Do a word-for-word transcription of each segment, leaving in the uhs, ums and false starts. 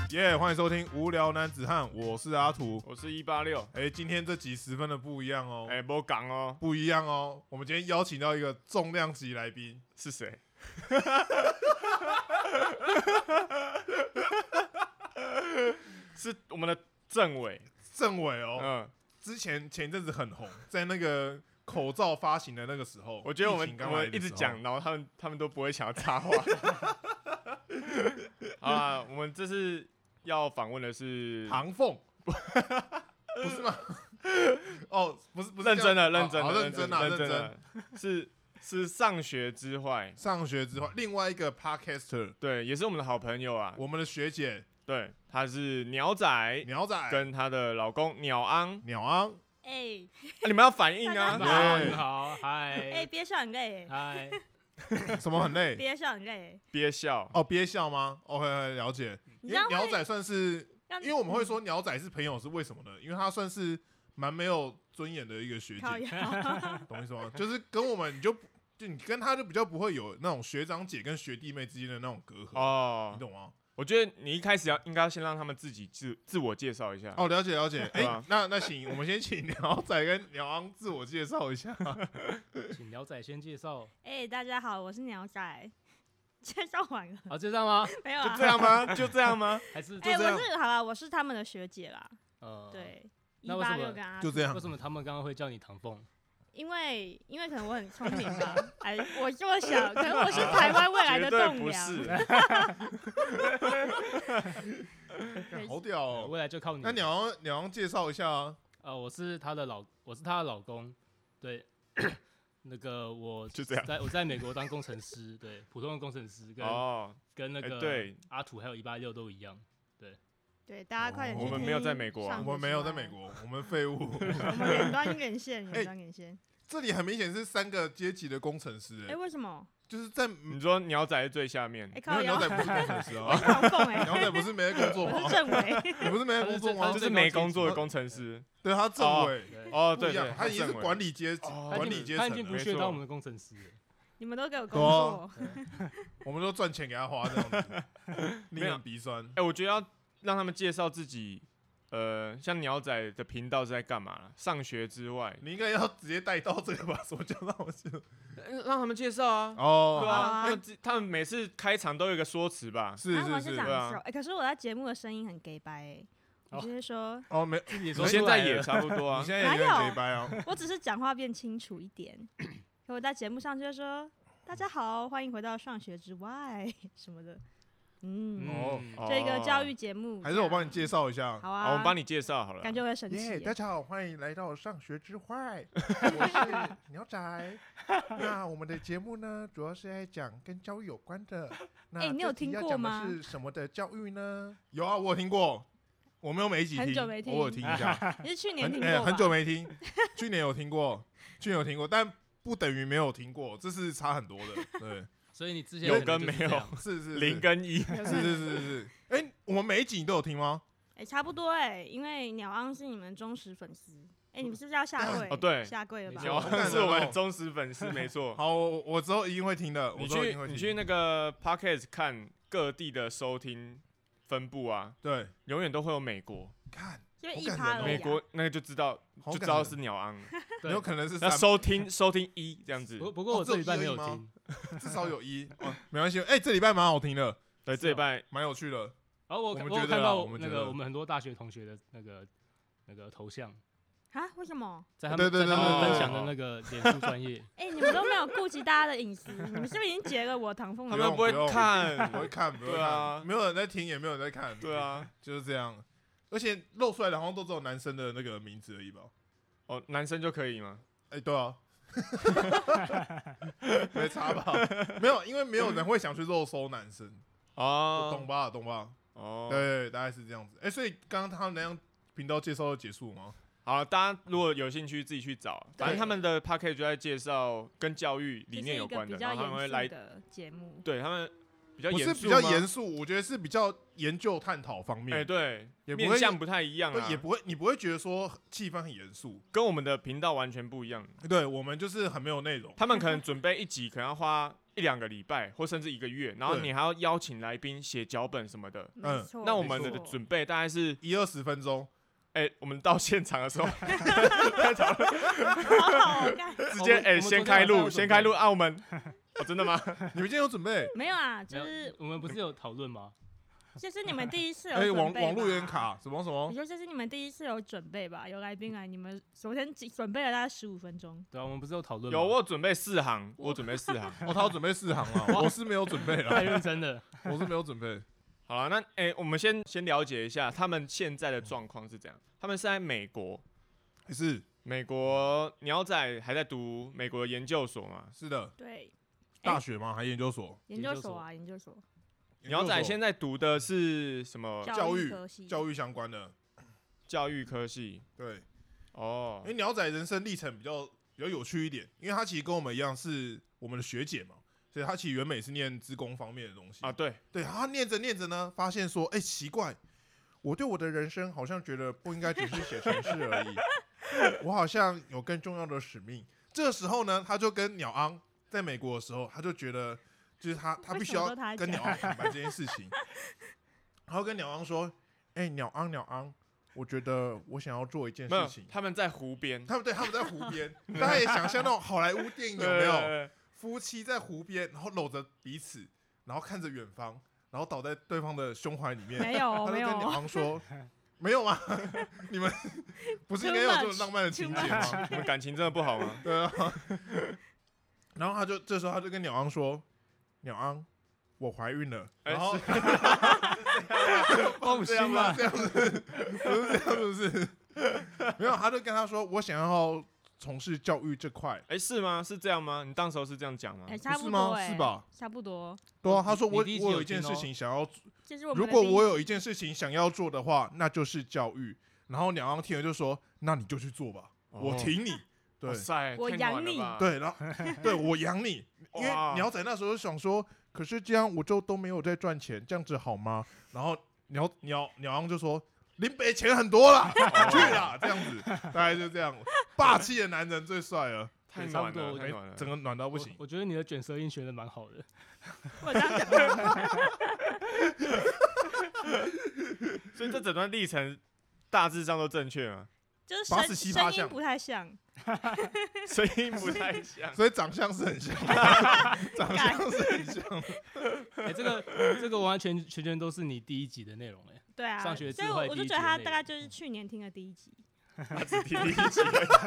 耶、yeah, 欢迎收听无聊男子汉，我是阿土， 我是一八六。 哎，今天这集十分的不一样哦， 哎，不讲哦， 不一样哦。我们今天邀请到一个重量级来宾， 是谁？是我们的政委， 政委哦。 嗯， 之前前一阵子很红，在那个口罩发行的那个时候， 我觉得我们我们一直讲， 讲，然后他们他们都不会想要插话。好啦，我们这次要访问的是唐凤，不是吗？哦，不是不是认真的，认真的， 认真的，认真的， 是是上学之坏， 上学之坏，另外一个 podcaster， 对，也是我们的好朋友啊， 我们的学姐， 对，她是鸟仔， 鸟仔跟她的老公鸟昂， 鸟昂， 哎、欸啊，你们要反应啊！ 好，你好，嗨， 哎、欸，憋笑很累， 嗨， 什么很累？ 憋笑很累， 憋笑哦，憋笑吗 ？OK， 了解。因为鸟仔算是，因为我们会说鸟仔是朋友，是为什么呢？因为他算是蛮没有尊严的一个学姐，懂意思吗？就是跟我们你就就你跟他就比较不会有那种学长姐跟学弟妹之间的那种隔阂哦，你懂吗？ 我觉得你一开始要应该先让他们自己自自我介绍一下。 哦，了解了解。哎、 啊欸，那那行，我们先请鸟仔跟鸟昂自我介绍一下。 请鸟仔先介绍。 哎、欸，大家好，我是鸟仔。介绍完了。 好，就这样吗？ 没有啊。 就这样吗？就这样吗？ 还是哎、欸，我是好了，我是他们的学姐啦。呃，对。 那为什么就这样？ 为什么他们刚刚会叫你唐凤？ 因为因为可能我很聪明吧，哎，我这么想，可能我是台湾未来的栋梁。 不是。 好屌哦！ 未来就靠你。 那鸟昂鸟昂介绍一下啊。 呃，我是他的老，我是他的老公。对，那个我就这样， 在我在美国当工程师，对，普通的工程师跟、 哦、 跟那个、 欸、对阿土还有一八六都一样。对对，大家快点去听。 我们没有在美国、啊， 我们没有在美国，我们废物。 我们远端连线，远端连线。 这里很明显是三个阶级的工程师、欸， 哎、欸，为什么？ 就是在你说鸟仔是最下面， 哎、欸， 鸟仔不是工程师啊， 哎， 鸟仔不是没在工作吗？ 我是政委， 你不是没在工作吗？ 就是没工作的工程师， 对他政委， 哦，对对， 他已经是管理阶级，管理阶层， 他已经不屑当我们的工程师了。 你们都给我工作， 我们都赚钱给他花，这样子，令人鼻酸。 哎，我觉得要让他们介绍自己。呃，像鸟仔的频道是在干嘛？上学之外， 你应该要直接带到这个吧？什么叫让我介绍？ 让他们介绍啊！ 哦， 对啊，他们他们每次开场都有一个说辞吧？ 是是是， 对啊。哎，可是我在节目的声音很 gay 掰哎，你就是说哦没， 我现在也差不多啊， 你现在也很 gay 掰啊。 我只是讲话变清楚一点，可我在节目上就说大家好，欢迎回到上学之外什么的。嗯， 哦， 这个教育节目， 还是我帮你介绍一下？ 好啊， 我们帮你介绍好了。 感觉我会生气。 大家好，欢迎来到上学之外，我是鸟仔。那我们的节目呢，主要是在讲跟教育有关的。那哎，你有听过吗？ 是什么的教育呢？有啊，我有听过，我没有每一集听， 很久没听， 偶尔听一下。 你是去年听过？ 哎，很久没听，去年有听过，去年有听过，但不等于没有听过，这是差很多的，对。 所以你之前有跟没有是是零跟一， 是是是是。哎、欸，我们每一集你都有听吗？ 哎、欸，差不多哎、欸，因为鸟昂是你们忠实粉丝。哎、欸，你们是不是要下跪？ 哦，对， 下跪了吧？ 鸟昂是我们忠实粉丝，没错。 好，我我之后一定会听的。 你去你去那个 podcast 看各地的收听分布啊， 对， 永远都会有美国。 看。 就一趴而已、啊。 美国那个就知道，就知道是鸟昂， 有可能是那收听收听一这样子。 不不过我这礼拜没有听， 至少有一，哦、没关系。哎、欸，这礼拜蛮好听的， 对，这礼拜蛮有趣的。 然后我我我看到那个我们很多大学同学的那个那个头像啊，为什么？ 在他们在他们分享的那个脸书专页。 哎、欸，你们都没有顾及大家的隐私，你们是不是已经截了我唐凤？ 他们不会看， 不会看，不会看， 对啊， 没有人在听，也没有人在看， 对啊， 就是这样。而且露出来的好像都只有男生的那个名字而已吧？ 哦，男生就可以吗？ 哎、欸，对啊，没差吧？没有，因为没有人会想去肉搜男生哦，懂吧？懂吧？哦，对，大概是这样子。哎、欸，所以刚刚他们那样频道介绍就结束吗？ 好，大家如果有兴趣自己去找，反正他们的 podcast 就在介绍跟教育理念有关的， 然后他们会来的节目， 对他们。比较不是比较严肃，我觉得是比较研究探讨方面。 哎、欸，对， 也不会面向不太一样啊， 也不会，你不会觉得说气氛很严肃， 跟我们的频道完全不一样。 对，我们就是很没有内容。 他们可能准备一集，可能要花一两个礼拜，或甚至一个月，然后你还要邀请来宾写脚本什么的。 嗯， 那我们的准备大概是一二十分钟。 哎、欸，我们到现场的时候， 好好干， 直接哎、欸、先开录，先开录澳门。哦，真的吗？ 你们今天有准备？ 没有啊，就是我们不是有讨论吗？ 这是你们第一次有哎、欸， 网网络有点卡，什么什么？ 我觉得这是你们第一次有准备吧？有来宾来，你们昨天准备了大概十五分钟。 对啊，我们不是有讨论？ 有，我有准备四行，我准备四行。 哦，他有准备四行啊，我是没有准备了。 太认真了， 我是没有准备。 好了，那哎、欸，我们先先了解一下他们现在的状况是怎样。他们是在美国， 是美国鸟仔还在读美国的研究所嘛？ 是的， 对， 大学吗？还研究所？ 研究所啊，研究所。 鸟仔现在读的是什么？ 教育教育相关的教育科系。 对， 哦， 因为鸟仔人生历程比较比较有趣一点，因为他其实跟我们一样是我们的学姐嘛，所以他其实原本是念资工方面的东西啊。对， 对，他念着念着呢，发现说，哎、欸，奇怪，我对我的人生好像觉得不应该只是写程式而已，我好像有更重要的使命。这个时候呢，他就跟鸟昂在美国的时候，他就觉得。就是他，他必须要跟鸟昂坦白这件事情，然后跟鸟昂说：“哎、欸，鸟昂，鸟昂，我觉得我想要做一件事情。” 他们在湖边， 他们对，他们在湖边，大家也想象那种好莱坞电影有没有？夫妻在湖边，然后搂着彼此，然后看着远方，然后倒在对方的胸怀里面。 没有， 他就跟鸟昂说：“没有吗？你们不是应该有这种浪漫的情节吗？ 你们感情真的不好吗？” 对啊。然后他就这时候他就跟鸟昂说。鸟昂，我怀孕了，然后放心吧， 这样子，不是这样，不是，没有，他就跟他说，我想要从事教育这块。 哎，是吗？是这样吗？你当时候是这样讲吗？ 哎，差不多，是吧？ 差不多。 对啊，他说我我有一件事情想要，如果我有一件事情想要做的话，那就是教育。然后鸟昂听了就说，那你就去做吧，我挺你。对， 我养你， 对，然后对我养你，因为鸟仔那时候想说，可是这样我就都没有在赚钱，这样子好吗？然后鸟鸟鸟昂就说，林北钱很多啦，去啦，这样子，大概就这样，霸气的男人最帅了， 太暖了，太暖了， 整个暖到不行。 我觉得你的卷舌音学的蛮好的， 我这样讲，所以这整段历程大致上都正确吗？ 就是声声音不太像， 声音不太像， 所以长相是很像，长相是很像。 哎、欸，这个这个完全全全都是你第一集的内容哎。 对啊， 上学所以我就觉得他大概就是去年听的第一集。 他只听第一集，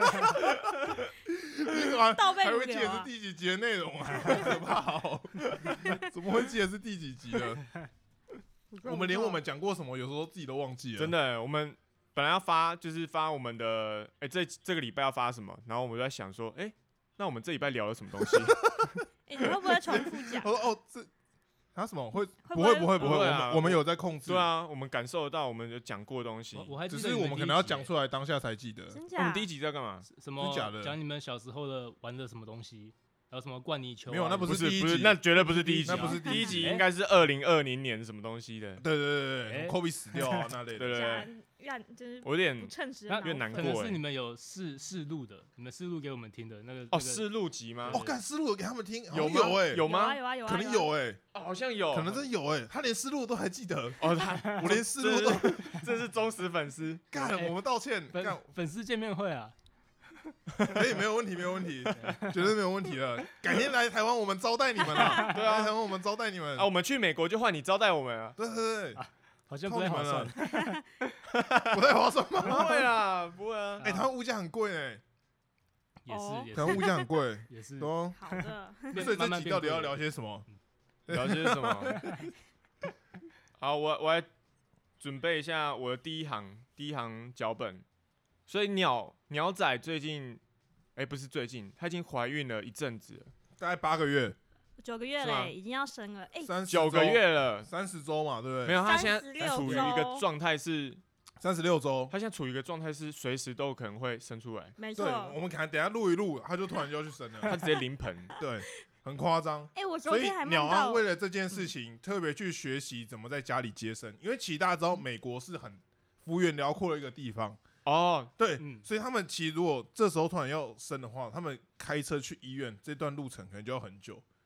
你怎么倒背还会记得是第几集的内容啊？好可怕哦！怎么会记得是第几集的？我们连我们讲过什么，有时候自己都忘记了。 真的，我们。本来要发就是发我们的，哎、欸，这这个礼拜要发什么？然后我们就在想说，哎、欸，那我们这礼拜聊了什么东西？ 哎、欸，你会不会重复讲？ 我说哦，这他什么会？不会不会不会， 啊、 我们我们有在控制。 对啊，我们感受得到我们有讲过的东西， 我还只是我们可能要讲出来当下才记得。 真假？ 我们第一集在干嘛？ 什么？ 假的？ 讲你们小时候的玩的什么东西？还有什么灌泥球、啊？ 没有，那不是第一集， 那绝对不是第一集， 那不是第一集，应该是二零二零年什么东西的。 对对对对，科比死掉啊那类的。 对对对。 让就是我有点不称职， 有点难过。 可能是你们有试试录的，你们试录给我们听的那个哦，试录集吗？ 哦，干试录给他们听， 有有哎， 有吗？ 有啊有啊， 可能有哎， 哦，好像有， 可能真有哎，他连试录都还记得哦，他我连试录都， 这是忠实粉丝。 干，我们道歉，干粉丝见面会啊， 可以，没有问题，没有问题，绝对没有问题了。改天来台湾，我们招待你们啊！对啊，台湾我们招待你们啊！我们去美国就换你招待我们啊！ 对对对。 好像不太划算， 不太划算吗？ 不会啦，不会啊。 哎，台湾物价很贵哎， 也是，也是， 台湾物价很贵， 也是。 好的。 所以这集到底要聊些什么？ 聊些什么？好，我我来准备一下我的第一行第一行脚本。所以鸟鸟仔最近，哎，不是最近，她已经怀孕了一阵子了， 大概八个月。 九个月嘞，已经要生了，哎、 欸， 九个月了， 三十周嘛，对不对？ 没有，他现在处于一个状态是三十六周， 他现在处于一个状态是随时都有可能会生出来。 没错， 我们可能等一下录一录，他就突然就要去生了， 他直接临盆， 对，很夸张。 哎、欸，我昨天还所以鸟安为了这件事情，嗯、特别去学习怎么在家里接生，因为其实大家知道美国是很幅员辽阔的一个地方。 哦， 对， 嗯、 所以他们其实如果这时候突然要生的话，他们开车去医院这段路程可能就要很久。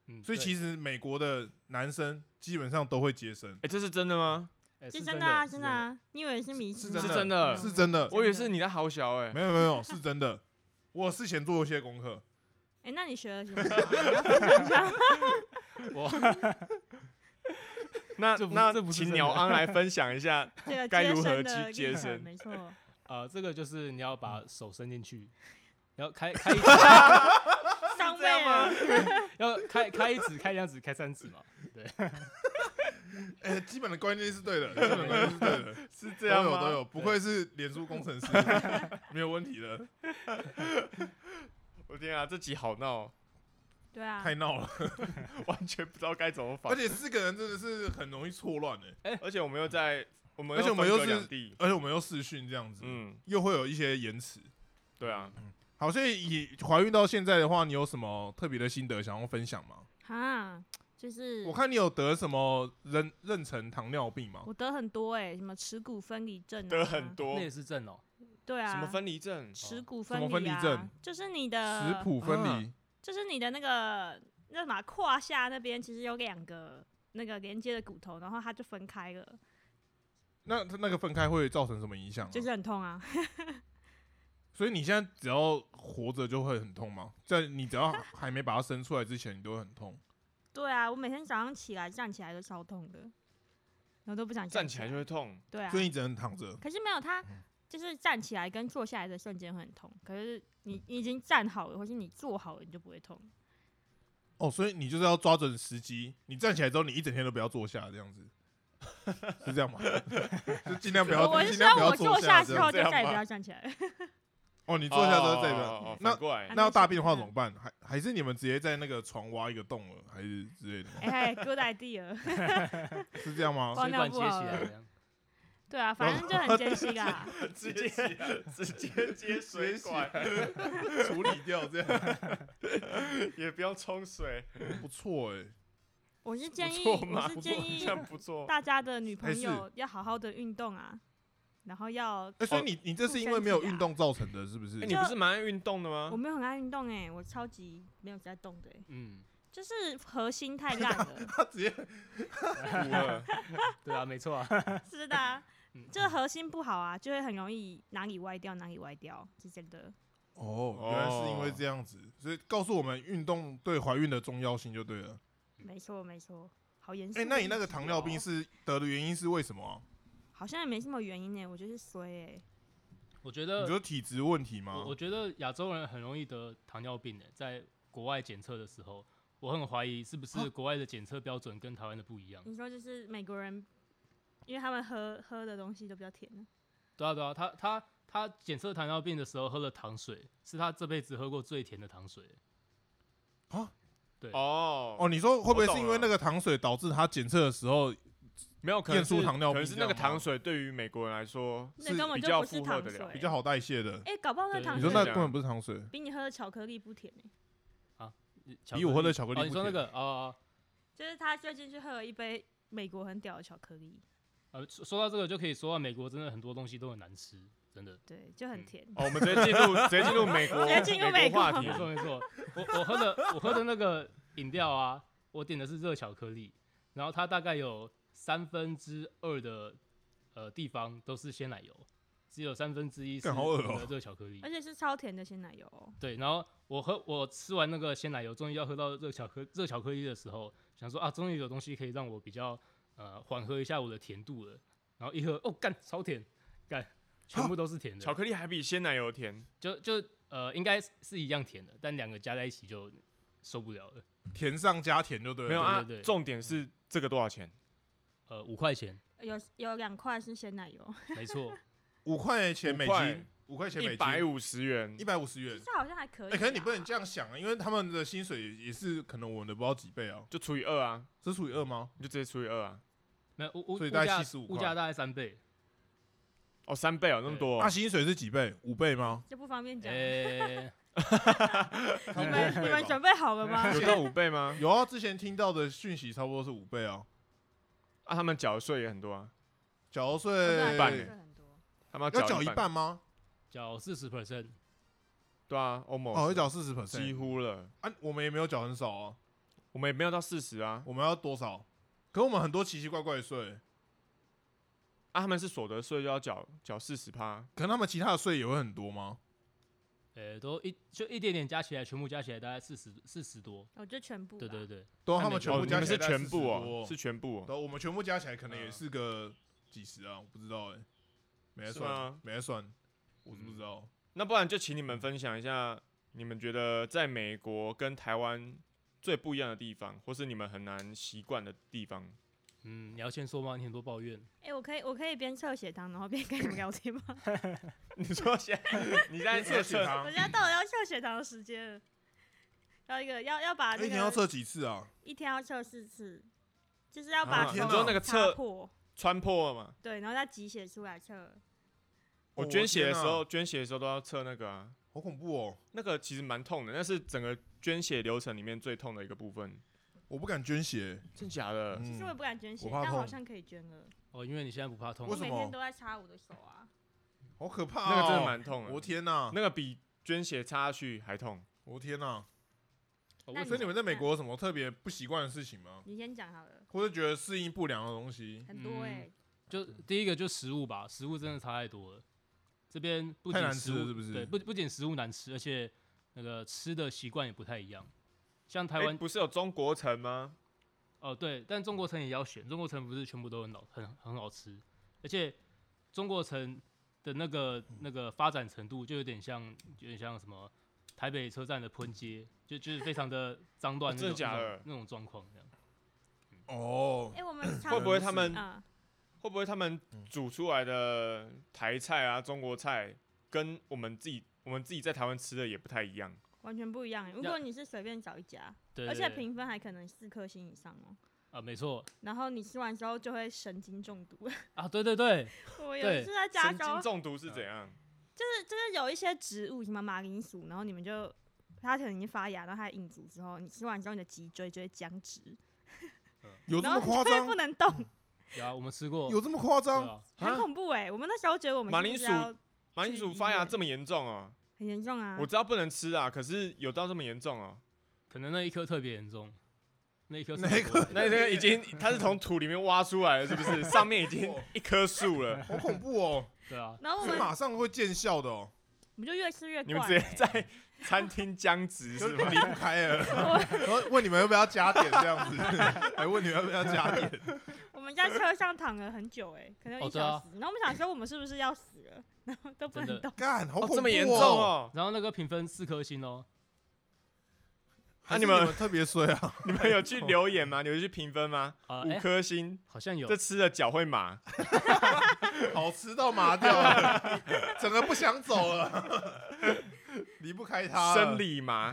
嗯， 所以其实美国的男生基本上都会接生。 哎，这是真的吗？ 欸、 是真的啊，真的啊！你以为是迷思？ 是真的， 是真的。 我以为是你在好小哎， 没有没有，是真的。我事前做一些功课。 哎，那你学了什么？你要分享一下。 我那那请鸟安来分享一下该如何去接生。 没错。 呃，这个就是你要把手伸进去，然后开开一指， 上位吗？ 要开开一指、开两指、开三指嘛？对。 哎、欸，基本的观念是对的，基本的观念是对的， 是这样吗？ 都有都有，不愧是脸书工程师，没有问题的。 我天啊，这集好闹。 对啊， 太闹了， 完全不知道该怎么反。 而且四个人真的是很容易错乱哎， 而且我们又在，我们而且我们又是，而且我们又视讯这样子， 嗯， 又会有一些延迟。 对啊， 嗯，好，所以以怀孕到现在的话，你有什么特别的心得想要分享吗？ 哈，就是我看你有得什么妊妊娠糖尿病吗？ 我得很多哎、欸，什么耻骨分离症、啊， 得很多， 那也是症哦。 对啊， 什么分离症？ 耻骨分离、啊， 什么分离症？ 就是你的耻骨分离。啊， 就是你的那个那什么胯下那边其实有两个那个连接的骨头，然后它就分开了。 那那个分开会造成什么影响？ 就是很痛啊。 所以你现在只要活着就会很痛吗？在你只要还没把它生出来之前，你都会很痛？ 对啊，我每天早上起来站起来都超痛的，然后都不想站起来就会痛。 对啊， 所以你只能躺着。 可是没有它。就是站起来跟坐下来的瞬间会很痛，可是你你已经站好了，或是你坐好了，你就不会痛。 哦，所以你就是要抓准时机，你站起来之后，你一整天都不要坐下，这样子，是这样吗？就尽量不要， 我是说我坐下之后就再也不要站起来。 哦，你坐下之后再也不要。那那要大便的话怎么办？还还是你们直接在那个床挖一个洞了，还是之类的？ 哎 ，good idea。 是这样吗？ 水管接起来这样。 对啊，反正就很艰辛啦。 直接直接接水管处理掉，这样也不用冲水， 不错哎。 我是建议，我是建议大家的女朋友要好好的运动啊，然后要。 哎，所以你你这是因为没有运动造成的，是不是？ 你不是蛮爱运动的吗？ 我没有很爱运动哎，我超级没有在动的。 嗯。 就是核心太烂了。 他直接哭了。 对啊，没错啊。 是的、啊。这核心不好啊，就会很容易哪里歪掉哪里歪掉，是真的。 哦，原来是因为这样子，所以告诉我们运动对怀孕的重要性就对了。 没错没错，好严肃。 哎，那你那个糖尿病是得的原因是为什么啊？ 好像也没什么原因呢，我觉得是衰哎。 我觉得你说体质问题吗？ 我, 我觉得亚洲人很容易得糖尿病诶，在国外检测的时候，我很怀疑是不是国外的检测标准跟台湾的不一样。 你说就是美国人。因为他们喝喝的东西都比较甜。 对啊对啊，他他他检测糖尿病的时候喝了糖水，是他这辈子喝过最甜的糖水。 啊？ 对哦哦，你说会不会是因为那个糖水导致他检测的时候没有验出糖尿病？ 可能是那个糖水对于美国人来说是比较负荷得了， 比较好代谢的。 哎、欸，搞不好那糖水你说那根本不是糖水， 比你喝的巧克力不甜哎、欸。啊？ 比我喝的巧克力不甜？ 哦，你说那个哦， 就是他最近去喝了一杯美国很屌的巧克力。 呃，说到这个就可以说到美国真的很多东西都很难吃，真的。 对，就很甜。 嗯、哦，我们直接进入直接进入美国， 直接进入美国话题。 没错没错，我我喝的我喝的那个饮料啊，我点的是热巧克力，然后它大概有三分之二的呃地方都是鲜奶油，只有三分之一是热巧克力， 而且是超甜的鲜奶油、哦。 对，然后我喝我吃完那个鲜奶油，终于要喝到热巧克热巧克力的时候，想说啊，终于有东西可以让我比较。呃，缓和一下我的甜度了，然后一喝，哦，干，超甜，干，全部都是甜的。 巧克力还比鲜奶油甜， 就就呃，应该是一样甜的，但两个加在一起就受不了了。 甜上加甜就对了。 没有啊， 对对对， 重点是这个多少钱？ 呃，五块钱。 有有两块是鲜奶油。 没错。 五块钱美金，五块钱美金， 一百五十元， 一百五十元。 其实好像还可以、啊。 哎、欸，可是你不能这样想啊，因为他们的薪水也是可能我们的不知道几倍啊， 就除以二啊， 是除以二吗？ 你就直接除以二啊。 没有，物所以大概七十五块， 物价大概三倍。 哦，三倍哦，那么多。 那、啊、薪水是几倍？五倍吗？ 就不方便讲。 欸、 你们你们准备好了吗？ 有到五倍吗？ 有啊，之前听到的讯息差不多是五倍啊。 啊，他们缴的税也很多啊， 缴税一半，他们要缴一半吗？ 缴四十 percent。 对啊 ，almost。 哦，要缴四十 percent， 几乎了。 啊，我们也没有缴很少啊。 我我们也没有到四十啊。 我们要多少？可我们很多奇奇怪怪的税， 啊，他们是所得税就要缴缴四十趴， 可能他们其他的税也会很多吗？ 呃、欸，都一就一点点加起来，全部加起来大概四十四十多。 我觉得全部。 对对对， 都他们全部加起来、 哦、是全部哦，是全部、哦。 对，我们全部加起来可能也是个几十啊，我不知道哎、欸，没在算，没在算，我是不知道、嗯。 那不然就请你们分享一下，你们觉得在美国跟台湾最不一样的地方，或是你们很难习惯的地方。 嗯，你要先说吗？你很多抱怨。 哎、欸，我可以，我可以边测血糖，然后边跟你们聊天吗？ 你说先，你在测血糖？ 我现在到了要测血糖的时间了，要一个要要把、那個、 一天要测几次啊？ 一天要测四次，就是要把你说那个测破穿破嘛？ 对，然后再挤血出来测。 我捐血的时候，捐血的时候都要测那个啊， 好恐怖哦！ 那个其实蛮痛的，那是整个捐血流程里面最痛的一个部分。 我不敢捐血， 真假的？ 其实我也不敢捐血， 嗯、我但我好像可以捐了。 哦，因为你现在不怕痛。 我每天都在擦我的手啊。 好可怕、哦！ 那个真的蛮痛的。 我天哪， 那个比捐血插下去还痛。 我天哪！ 哦、 所以你们在美国有什么特别不习惯的事情吗？ 你先讲好了。 或者觉得适应不良的东西？ 很多哎、欸嗯。 就第一个就食物吧，食物真的差太多了。这边不仅食物是不是？ 对，不不仅食物难吃，而且那个吃的习惯也不太一样。像台湾、欸、 不是有中国城吗？ 哦，对，但中国城也要选，中国城不是全部都很好很很好吃，而且中国城的那个那个发展程度就有点像，有点像什么台北车站的喷街，就就是非常的脏乱那种、 哦、真的假的那种状况这样。 哦， 哎、欸，我们会不会他们、 嗯、 会不会他们煮出来的台菜啊，中国菜跟我们自己我们自己在台湾吃的也不太一样？ 完全不一样。如果你是随便找一家， 对对对， 而且评分还可能四颗星以上哦。 啊，没错。 然后你吃完之后就会神经中毒。 啊，对对对。 我有一次在加州， 神经中毒是怎样？ 就是就是有一些植物，什么马铃薯，然后你们就它可能已经发芽，然后它硬煮之后，你吃完之后你的脊椎就会僵直。 有这么夸张？ 不能动。 有啊，我们吃过。 有这么夸张？ 啊、很恐怖哎、欸！我们那时候觉得我们马铃薯马铃薯发芽这么严重哦。 很严重啊！ 我知道不能吃啊，可是有到这么严重哦？ 可能那一颗特别严重，那一颗那一颗那那已经它是从土里面挖出来了，是不是？上面已经一棵树了， 好恐怖哦！ 对啊， 然后我们马上会见效的哦。 我们就越吃越怪、欸， 你们直接在餐厅僵直是吗？ 离不开了，然后问你们要不要加点这样子，还问你们要不要加点。 我们在车上躺了很久哎、欸，可能一小时、哦啊，然后我们想说我们是不是要死了，然后都不能动。 干，好恐怖、哦哦，这么严重哦！ 然后那个评分四颗星哦。 啊，你们特别衰啊！ 你们有去留言吗？你们去评分吗？ 啊、 五颗星、 欸，好像有。 这吃了脚会麻， 好吃到麻掉了，整个不想走了，离不开它， 生理麻。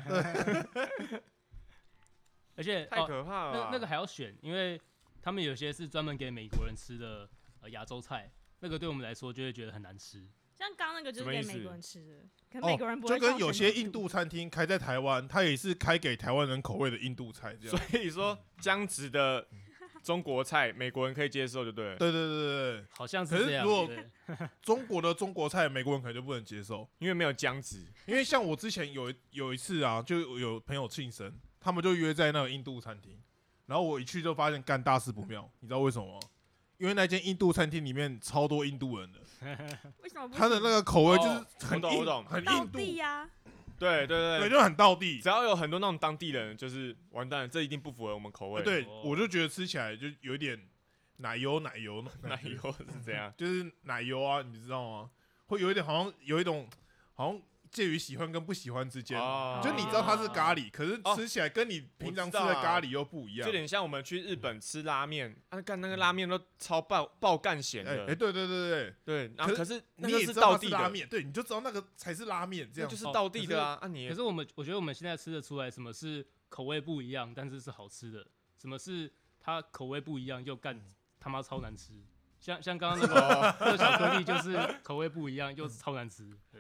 而且太可怕了、 哦那，那个还要选，因为他们有些是专门给美国人吃的呃亚洲菜，那个对我们来说就会觉得很难吃。 像刚那个就是给美国人吃的，可能美国人不会、 哦。就跟有些印度餐厅开在台湾，它也是开给台湾人口味的印度菜这样。 所以说僵直的中国菜，美国人可以接受就对了。 对对对对对， 好像是这样。 可是如果中国的中国菜，美国人可能就不能接受， 因为没有僵直。 因为像我之前有有一次啊，就有朋友庆生，他们就约在那个印度餐厅，然后我一去就发现干大事不妙，你知道为什么吗？因为那间印度餐厅里面超多印度人的， 为什么？ 他的那个口味就是很硬， 哦、很印度呀、啊。 对对对， 对，就很道地。 只要有很多那种当地人，就是完蛋了，这一定不符合我们口味。 对，哦、我就觉得吃起来就有一点奶油奶油奶油是这样， 就是奶油啊，你知道吗？会有一点好像有一种好像。介于喜欢跟不喜欢之间，哦、就你知道它是咖喱，哦、可是吃起来跟你平常吃的咖喱又不一样。 就有点像我们去日本吃拉面，啊，干那个拉面都超爆爆干咸的。 哎、欸欸，对对对对对，然后可是那个是道地的拉面，对，你就知道那个才是拉面，这样就是道地的啊。啊你可是我们我觉得我们现在吃得出来，什么是口味不一样，但是是好吃的；什么是它口味不一样又干他妈超难吃。像像刚刚那个热巧克力就是口味不一样又超难吃。对。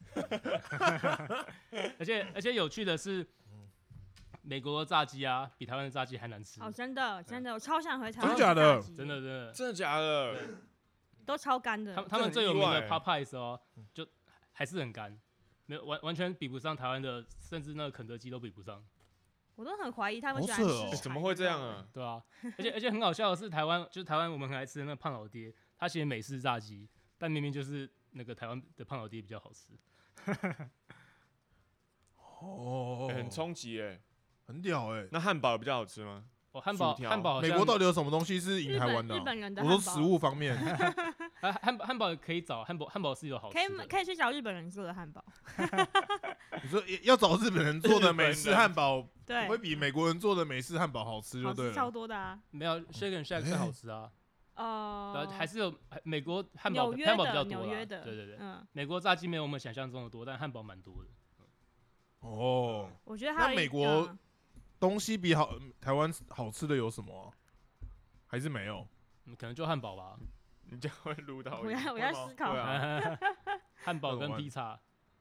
而且而且有趣的是，美国的炸鸡啊，比台湾的炸鸡还难吃。 哦，真的真的，我超想回台湾。 真的假的？ 真的真的真的假的？ 都超干的。 他他们最有名的 Popeyes 哦，就还是很干，没有完完全比不上台湾的，甚至那个肯德基都比不上。 我都很怀疑他们喜欢好扯哦吃、 欸怎么会这样啊？ 对啊，而且而且很好笑的是，台湾就是台湾我们很爱吃的那个胖老爹，他写美式炸鸡，但明明就是那个台湾的胖老爹比较好吃。 哦， 欸很冲击哎， 很屌哎。 那汉堡比较好吃吗？ 哦，汉堡薯条汉堡好像美国到底有什么东西是赢日本台湾的啊？ 日本人的我汉堡说食物方面， 啊汉堡汉堡可以找汉堡汉堡是有好可以吃的， 可以去找日本人做的汉堡， 你说要找日本人做的美式汉堡， 对， 会比美国人做的美式汉堡好吃就好吃超对了。 多的啊。 没有 Shake and Shack 最好吃啊， 呃， 然后还是有美国汉堡纽约汉堡比的较多啦纽约的， 对对对， 嗯， 美国炸鸡没有我们想象中的多，但汉堡蛮多的。 哦， 我觉得还有一那美国嗯东西比好台湾好吃的有什么啊？还是没有？ 嗯，可能就汉堡吧， 你这样会录到我要我要思考对。啊， 汉堡跟那怎么办披萨。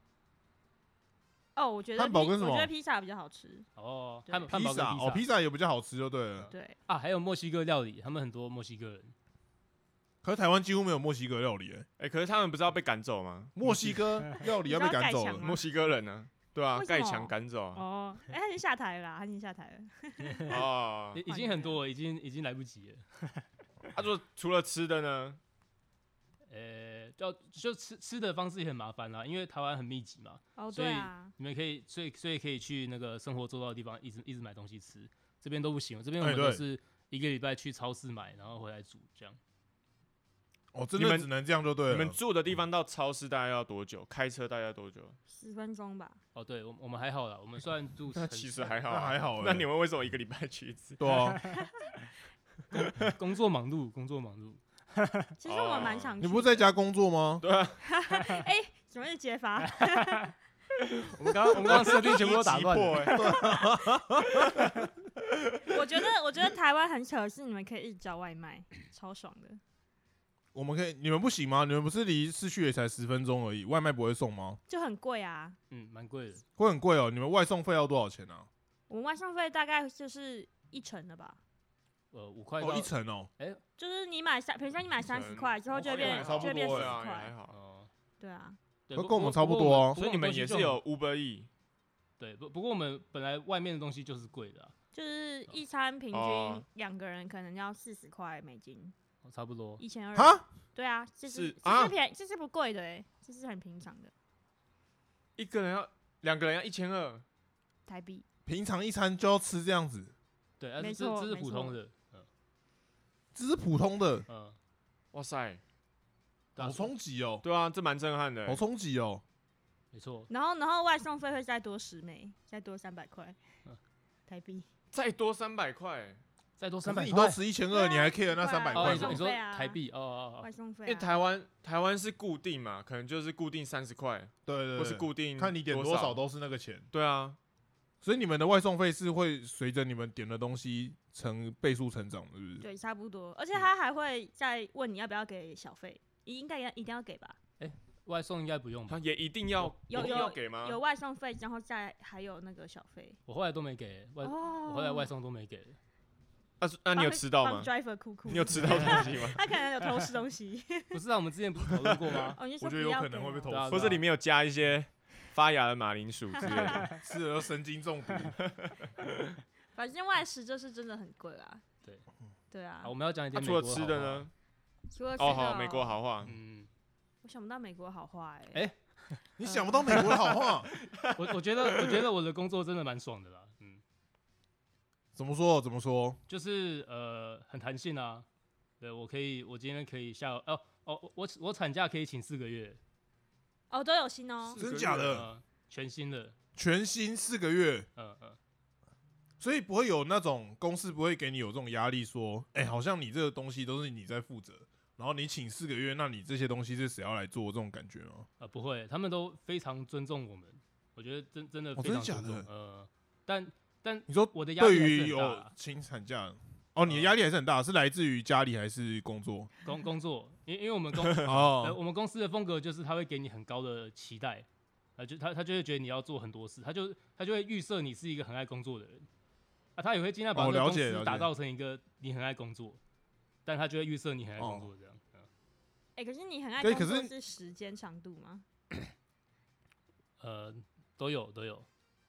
哦，我觉得披汉堡跟什么我觉得披萨比较好吃。 哦， 对汉汉堡跟披萨哦， 披萨披萨也比较好吃就对了。 对， 啊，还有墨西哥料理，他们很多墨西哥人。 可是台湾几乎没有墨西哥料理哎， 哎，可是他们不是要被赶走吗？ 墨西哥料理要被赶走了你知道盖墙。吗墨西哥人呢？对啊， 为什么盖墙赶走啊。 哦，哎，他已经下台了啦，他已经下台了。 哦已，已经很多了，已经已经来不及了。 他说除了吃的呢？ 呃，就就吃吃的方式也很麻烦啦，因为台湾很密集嘛， 哦， 所以对啊， 你们可以，所以所以可以去那个生活周遭的地方，一直一直买东西吃。这边都不行，这边我们哎对都是一个礼拜去超市买，然后回来煮这样。 哦，真你们的只能这样就对了。 你们住的地方到超市大概要多久？开车大概要多久？ 十分钟吧。 哦，对，我我们还好啦，我们虽然住那城市其实还好啊， 那还好欸那你们为什么一个礼拜去一次？ 对啊， 工作忙碌，工作忙碌。 其实我蛮想去的。 你不是在家工作吗？ 对啊， 怎么是揭发？ 我们刚刚我们刚刚设定全部都打乱了。 哎， 我觉得我觉得台湾很扯的是，你们可以一直叫外卖，超爽的。 我们可以，你们不行吗？你们不是离市区也才十分钟而已，外卖不会送吗？ 就很贵啊。 嗯，蛮贵的。 会很贵哦。你们外送费要多少钱啊？ 我们外送费大概就是一成的吧， 呃，五块哦， 到一层哦。 就是你买三，比如说你买三十块之后就会变哦差不多就会变十欸啊，也块还，好。 哦， 对啊， 对，不和跟我们差不不多哦所以你们也是有 Uber E 对，不不过我们本来外面的东西就是贵的啊， 就是一餐平哦均两个人可能要四十块美金， 哦差不多。 一千二。 哈， 对啊，这是是这啊是便这是不贵的哎，这是很平常的一个人要两个人要一千二， 台币。 平常一餐就要吃这样子， 对，啊没这这是错没错普通的。嗯这是普通的， 嗯， 哇塞， 对啊好冲击哦， 对啊，这蛮震撼的好。冲击哦。 没错。 然后然后外送费会再多十美，再多三百块嗯台币。 再多三百块， 再多可三百块。 是你都吃一千二， 对啊你还 care 那对啊哦， 三百块你说你说外送费啊台币哦哦哦外送费、啊， 因为台湾台湾是固定嘛，可能就是固定三十块， 对对对， 或是固定看你点多多少都是那个钱。 对啊， 所以你们的外送费是会随着你们点的东西成倍数成长的，是不是？ 对，差不多。而且他还会再问你要不要给小费，应该一定要给吧？ 外送应该不用吧他？也一定要有一定要给吗？ 有外送费，然后再还有那个小费。 我后来都没给，外哦我后来外送都没给。 那是那你有吃到吗帮？driver 哭哭。 你有吃到东西吗？ 他可能有偷吃东西。 不是啊，我们之前不是讨论过吗？ 哦，你就说我觉得有不要给哦可能会被投对啊或者里面有加一些发芽的马铃薯之类的？ 吃了就神经中毒。 反正外食就是真的很贵啊。 对。 对啊好，我。们要讲一那点除了吃的？呢？ 除了吃哦，好， 的美国。好话， 嗯， 我想不到美国好话哎。 哎你想不到美国的好话， 我我觉得我觉得我的工作真的蛮爽的啦。嗯， 怎么说？怎么说？ 就是呃很弹性啊。对，我可以，我今天可以下哦哦，我我产假可以请四个月， 哦，都有薪哦。 真假的？ 呃，全新的， 全薪四个月， 嗯嗯， 所以不会有那种公司不会给你有这种压力，说，哎、好像你这个东西都是你在负责，然后你请四个月，那你这些东西是谁要来做这种感觉吗？ 呃不会，他们都非常尊重我们，我觉得真真的哦非常真的假的尊重，呃，但但你说我的压力还是对于有很大啦， 请产假，哦，你的压力还是很大，是来自于家里还是工作？ 工工作，因因为我们公呃哦， 我们公司的风格就是他会给你很高的期待，啊就他他就会觉得你要做很多事，他就他就会预设你是一个很爱工作的人，啊他也会尽量把哦这个公了解了解司打造成一个你很爱工作，但他就会预设你很爱工作这样。嗯哎，可是你很爱对可是工作是时间长度吗？ 呃，都有都有，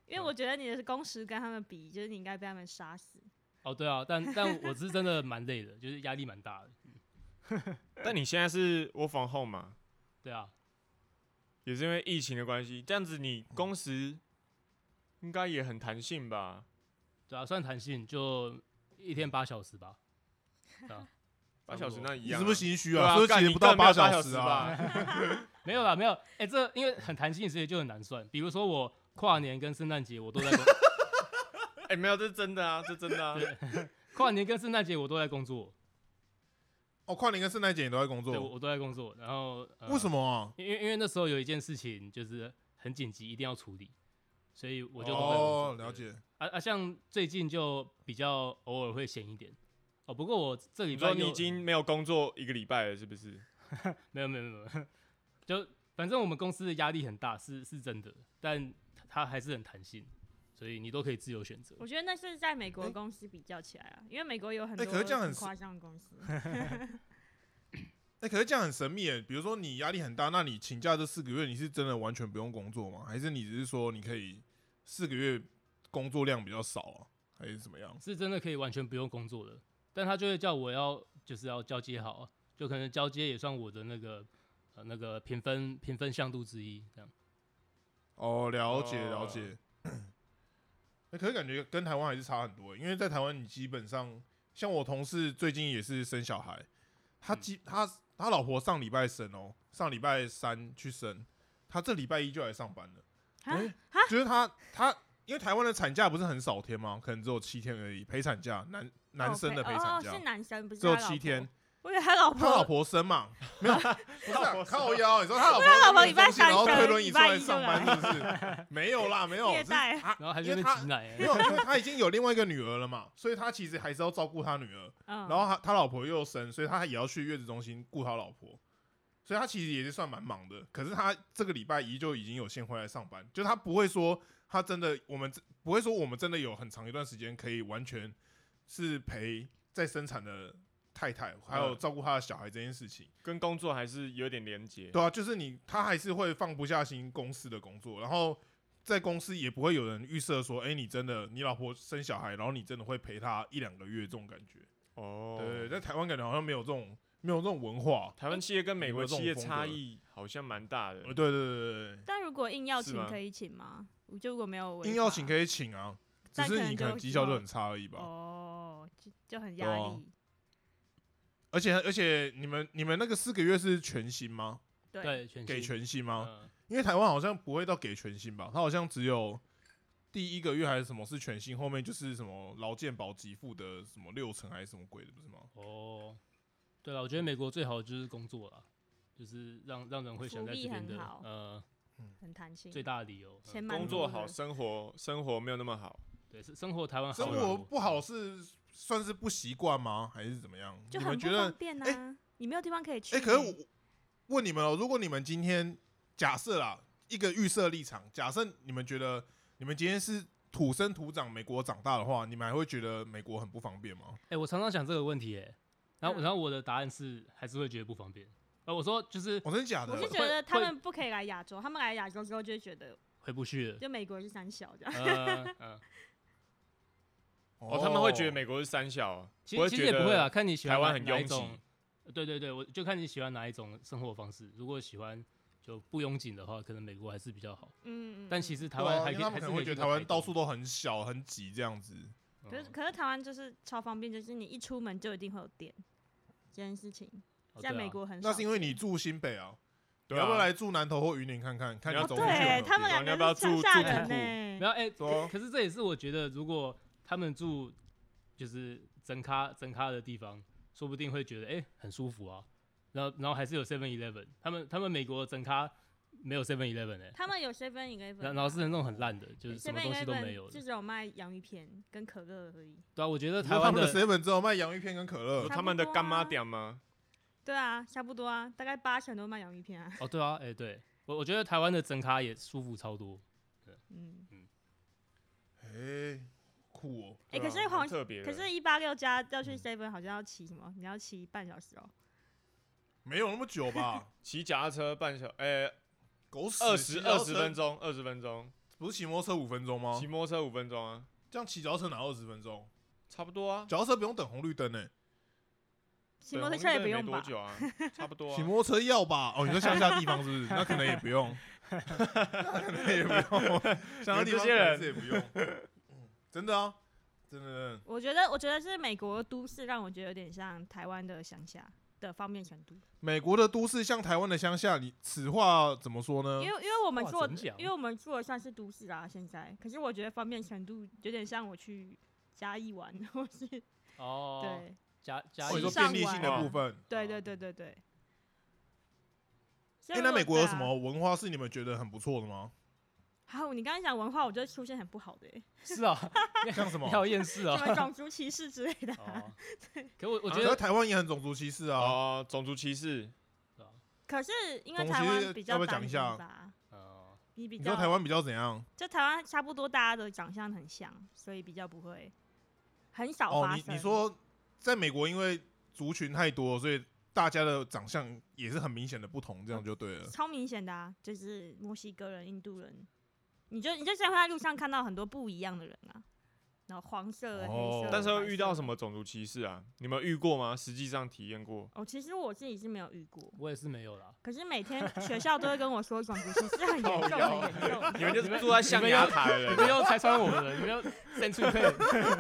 因为我觉得你的工时跟他们比，就是你应该被他们杀死。 哦，对啊，但但我是真的蛮累的，就是压力蛮大的。 但你现在是 work from home 嘛？ 对啊， 也是因为疫情的关系，这样子你工时应该也很弹性吧？ 对啊，算弹性，就一天八小时吧。对啊， 八小时那一样、啊。 你是不是心虚啊？ 是不是其实不到八小时啊？ 没有啦，没有。哎、欸，这因为很弹性，所以就很难算。比如说我跨年跟圣诞节我都在工， 哎、欸，没有，这是真的啊，这真的啊。 跨年跟圣诞节我都在工作。 哦，跨年跟圣诞节你都在工作？ 对，我都在工作。然后、呃、 为什么啊？ 因为因为那时候有一件事情就是很紧急，一定要处理，所以我就都在工作。 哦，了解。 啊啊，像最近就比较偶尔会闲一点。哦，不过我这礼拜你已经没有工作一个礼拜了，是不是？ 没有没有没有，就反正我们公司的压力很大，是是真的，但它还是很弹性。所以你都可以自由选择。 我觉得那是在美国的公司比较起来啊，欸、因为美国有很多很夸张的公司。 哎、欸，可是这样很神秘耶。比如说你压力很大，那你请假这四个月，你是真的完全不用工作吗？还是你只是说你可以四个月工作量比较少啊？还是怎么样？ 是真的可以完全不用工作的，但他就会叫我要就是要交接好，就可能交接也算我的那个呃那个评分评分项度之一这样。 哦，了解了解。欸、可是感觉跟台湾还是差很多，因为在台湾你基本上像我同事最近也是生小孩，他基他他老婆上礼拜生哦，上礼拜三去生，他这礼拜一就来上班了。欸、就是他他因为台湾的产假不是很少天吗？可能只有七天而已，陪产假男男生的陪产假、 哦、是男生不是只有七天。 我以为他老婆， 他老婆生嘛，没有，不是、啊、靠腰。你说他老婆， 他老婆礼拜三然后推轮椅出来上班，是不是？没有啦，没有。 然后还在那边挤奶、欸， 没有，因为他已经有另外一个女儿了嘛，所以他其实还是要照顾他女儿。嗯、然后他他老婆又生，所以他也要去月子中心顾他老婆，所以他其实也是算蛮忙的。可是他这个礼拜一就已经有先回来上班，就他不会说他真的，我们不会说我们真的有很长一段时间可以完全是陪在生产的太太还有照顾他的小孩这件事情， 跟工作还是有点连结。 对啊，就是你他还是会放不下心公司的工作，然后在公司也不会有人预设说，哎、欸，你真的你老婆生小孩，然后你真的会陪她一两个月这种感觉。 哦， 对, 對，在台湾感觉好像没有这种没有这种文化。 台湾企业跟美国企业差异好像蛮大的。 对对对对对。 但如果硬要请可以请吗？就如果没有硬要请可以请啊，只是你可能绩效就很差而已吧。 哦，就, 就很压力。 而且而且你们你们那个四个月是全薪吗？ 对，全薪给全薪吗、 嗯？ 因为台湾好像不会到给全薪吧，他好像只有第一个月还是什么是全薪，后面就是什么劳健保给付的什么六成还是什么鬼的，不是吗？ 哦，对了，我觉得美国最好的就是工作啦，就是让让人会想在这边的，呃， 很弹性， 最大的理由， 嗯、 工作好，生活生活没有那么好。 对，是生活台湾好， 生活不好是算是不习惯吗？还是怎么样？ 就很不方便啊！欸、你没有地方可以去、欸。 哎、欸，可是我问你们哦，如果你们今天假设啦，一个预设立场，假设你们觉得你们今天是土生土长美国长大的话，你们还会觉得美国很不方便吗？ 哎、欸，我常常想这个问题、欸，哎，然后、嗯、然后我的答案是还是会觉得不方便。呃，我说就是， 我、哦、真的假的？ 我是觉得他们不可以来亚洲，他们来亚洲之后就会觉得回不去了， 就美国是三小这样。 呃呃哦，他们会觉得美国是三小、啊， 其实其实也不会啦，看你喜欢台湾很拥挤。对对对，我就看你喜欢哪一种生活方式。如果喜欢就不拥挤的话，可能美国还是比较好。 嗯嗯。 但其实台湾还可以， 他们可能会觉得台湾到处都很小、很挤这样子。 可是可是台湾就是超方便，就是你一出门就一定会有电这件事情，在美国很少、 哦啊。那是因为你住新北啊。你要不要来住南投或云林看看？看你走出去有没有、哦、他们两个是乡下人呢、 欸。没有哎，可是这也是我觉得，如果他们住就是整咖整咖的地方，说不定会觉得哎、欸、很舒服啊。然后然后还是有 seven eleven， 他们他们美国整咖没有 seven eleven 哎， 他们有 seven eleven， 然后是那種很烂的，就是什么东西都没有的， 就只有卖洋芋片跟可乐而已。 对啊，我觉得台湾的 seven 只有卖洋芋片跟可乐， 有他们的干妈店吗？ 对啊，差不多啊，大概八成都卖洋芋片啊。 哦，对啊，哎、欸，对我我觉得台湾的整咖也舒服超多。对， 嗯嗯， 哎、欸，酷哦。 哎、欸，可是好特别， 可是一八六加要去 seven 好像要骑什么？你要骑半小时哦。 没有那么久吧？ 骑脚踏车半小，哎、欸， 狗屎， 二十二十分钟，二十分钟， 不是骑摩托车五分钟吗？ 骑摩托车五分钟啊， 这样骑脚踏车哪二十分钟？ 差不多啊。 脚踏车不用等红绿灯呢、欸。 骑摩托车也不用吧？ 多久啊？差不多、啊。 骑摩托车要吧？哦，你说乡下地方是不是？那可能也不用，那可能也不用。乡下地方人也不用。真的啊，真的。 我觉得，我觉得是美国都市让我觉得有点像台湾的乡下的方便程度。 美国的都市像台湾的乡下，你此话怎么说呢？ 因为因为我们做， 因因为我们做的算是都市啊，现在。可是我觉得方便程度有点像我去嘉义玩，或是哦， 对。 加加你说便利性的部分， 对对对对对。 哎、欸，那美国有什么文化是你们觉得很不错的吗？ 好，你刚才讲文化，我觉得出现很不好的、欸。 是啊， 像什么？ 你好厌世啊！ 什么种族歧视之类的、啊。 哦、可我我觉得、 啊、 台湾也很种族歧视啊。 哦，种族歧视。 可是因为台湾比较单一吧。 哦。 你比较。 你说台湾比较怎样？ 就台湾差不多大家的长相很像，所以比较不会很少发生。 哦，你你说。在美国，因为族群太多，所以大家的长相也是很明显的不同，这样就对了。 超明显的啊，就是墨西哥人、印度人，你就你就现在会在路上看到很多不一样的人啊，然后黄色的、 哦、 黑色的。 但是会遇到什么种族歧视啊？你们遇过吗？实际上体验过？ 哦，其实我自己是没有遇过， 我也是没有啦。 可是每天学校都会跟我说种族歧视很严重，很严重。 你们就是住在象牙塔的人， 你们又拆穿我们了，你们又生出配。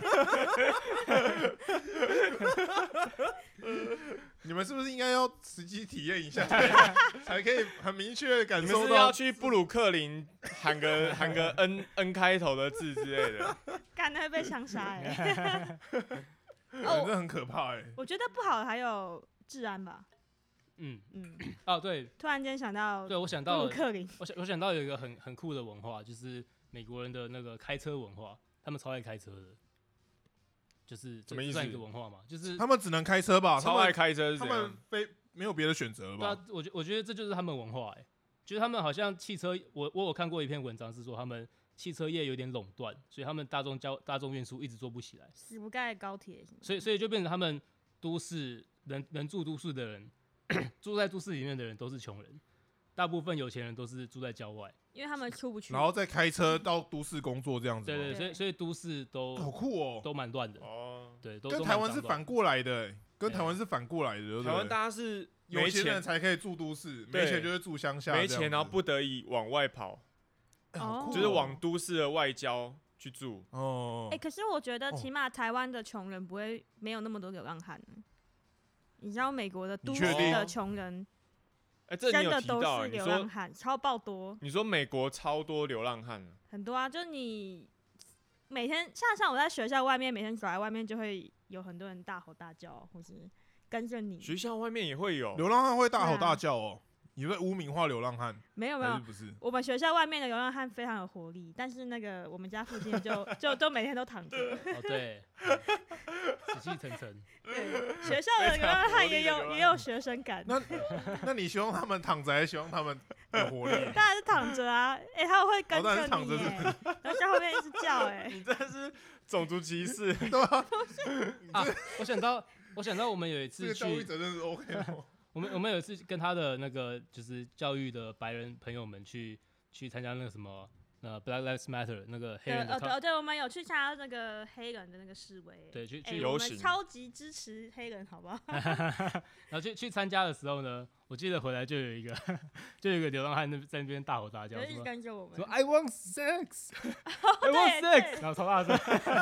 你们是不是应该要实际体验一下，才可以很明确的感受到？ 你们是要去布鲁克林喊个喊个 N N 开头的字之类的？ 干的会被枪杀哎！ 哦，这很可怕哎、欸。 我觉得不好的还有治安吧。 嗯嗯。 哦，对。 突然间想到， 对我想到布鲁克林， 我想我想到有一个很很酷的文化，就是美国人的那个开车文化，他们超爱开车的。就是什么意思？ 算一个文化嘛，就是他们只能开车吧？ 超爱开车是怎样？ 他们非没有别的选择了吧？ 对啊，我觉我觉得这就是他们文化哎、欸，就是他们好像汽车，我我有看过一篇文章是说他们汽车业有点垄断，所以他们大众交大众运输一直做不起来， 死不盖高铁， 所以所以就变成他们都市能能住都市的人，住在都市里面的人都是穷人，大部分有钱人都是住在郊外。 因为他们出不去， 然后再开车到都市工作这样子。 对 对, 对，所以所以都市都好酷哦， 都蛮乱的哦。 对，都跟台湾是反过来的、欸，跟台湾是反过来的。对对台湾大家是有钱人才可以住都市，没钱就会住乡下。 没钱然后不得已往外跑， 欸哦、 就是往都市的外郊去住。 哦， 哎、欸，可是我觉得起码台湾的穷人不会没有那么多流浪汉。你知道美国的都市的穷人？ 哎、欸，这你有提到、欸， 真的都是流浪汉，超爆多。 你说美国超多流浪汉、啊， 很多啊，就你每天像像我在学校外面，每天走在外面就会有很多人大吼大叫，或是跟着你。 学校外面也会有流浪汉会大吼大叫哦。你会污名化流浪汉？ 没有没有， 不是。 我们学校外面的流浪汉非常有活力，但是那个我们家附近就就都每天都躺着。 哦，对，死气沉沉。 对，学校的流浪汉也有也有学生感。 那那你希望他们躺着，还是希望他们有活力？ 当然是躺着啊！哎、欸，他们会跟着你、欸， 躺着是然后在后面一直叫、欸，哎， 你真的是种族歧视， 对吧？ 啊，我想到，我想到我们有一次去， 这个教育责任是 OK 的。 我们我们有一次跟他的那个就是教育的白人朋友们去去参加那个什么呃 Black Lives Matter 那个黑人的， 对对，我们有去参加那个黑人的那个示威， 对，去去游行， 我们超级支持黑人，好不好？ 然后去去参加的时候呢，我记得回来就有一个就有一个流浪汉在那边大吼大叫， 一直跟着我们， 说 I want sex，I want sex， 然后超大声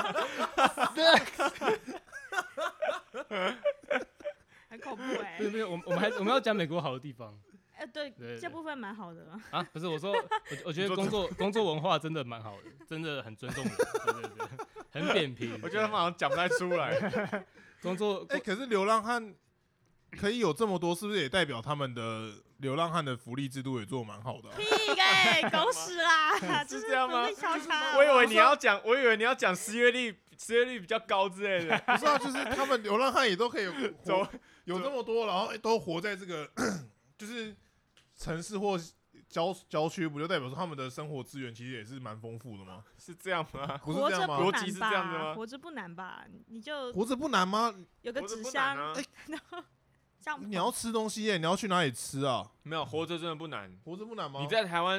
，sex。 很恐怖哎、欸！ 对对，我们我们还我们要讲美国好的地方。 哎、呃，对， 对对对， 这部分蛮好的嘛。 啊，不是我说，我我觉得工作工作文化真的蛮好的，真的很尊重人，对对对，很扁平。 我觉得他们好像讲不太出来。 工作， 哎、欸，可是流浪汉可以有这么多，是不是也代表他们的流浪汉的福利制度也做蛮好的、啊？ 屁嘞，狗屎啦！ 是这样吗？ 啊、 我以为你要讲，我以为你要讲失业率失业率比较高之类的。 不是啊，就是他们流浪汉也都可以走。有这么多，然后都活在这个就是城市或郊郊区，不就代表说他们的生活资源其实也是蛮丰富的吗？ 是这样吗？ 不是这样吗？ 逻辑是这样的吗？ 活着不难吧？你就活着不难吗？ 有个纸箱，哎、啊， 你要吃东西耶，你要去哪里吃啊？ 没有，活着真的不难。 活着不难吗？ 你在台湾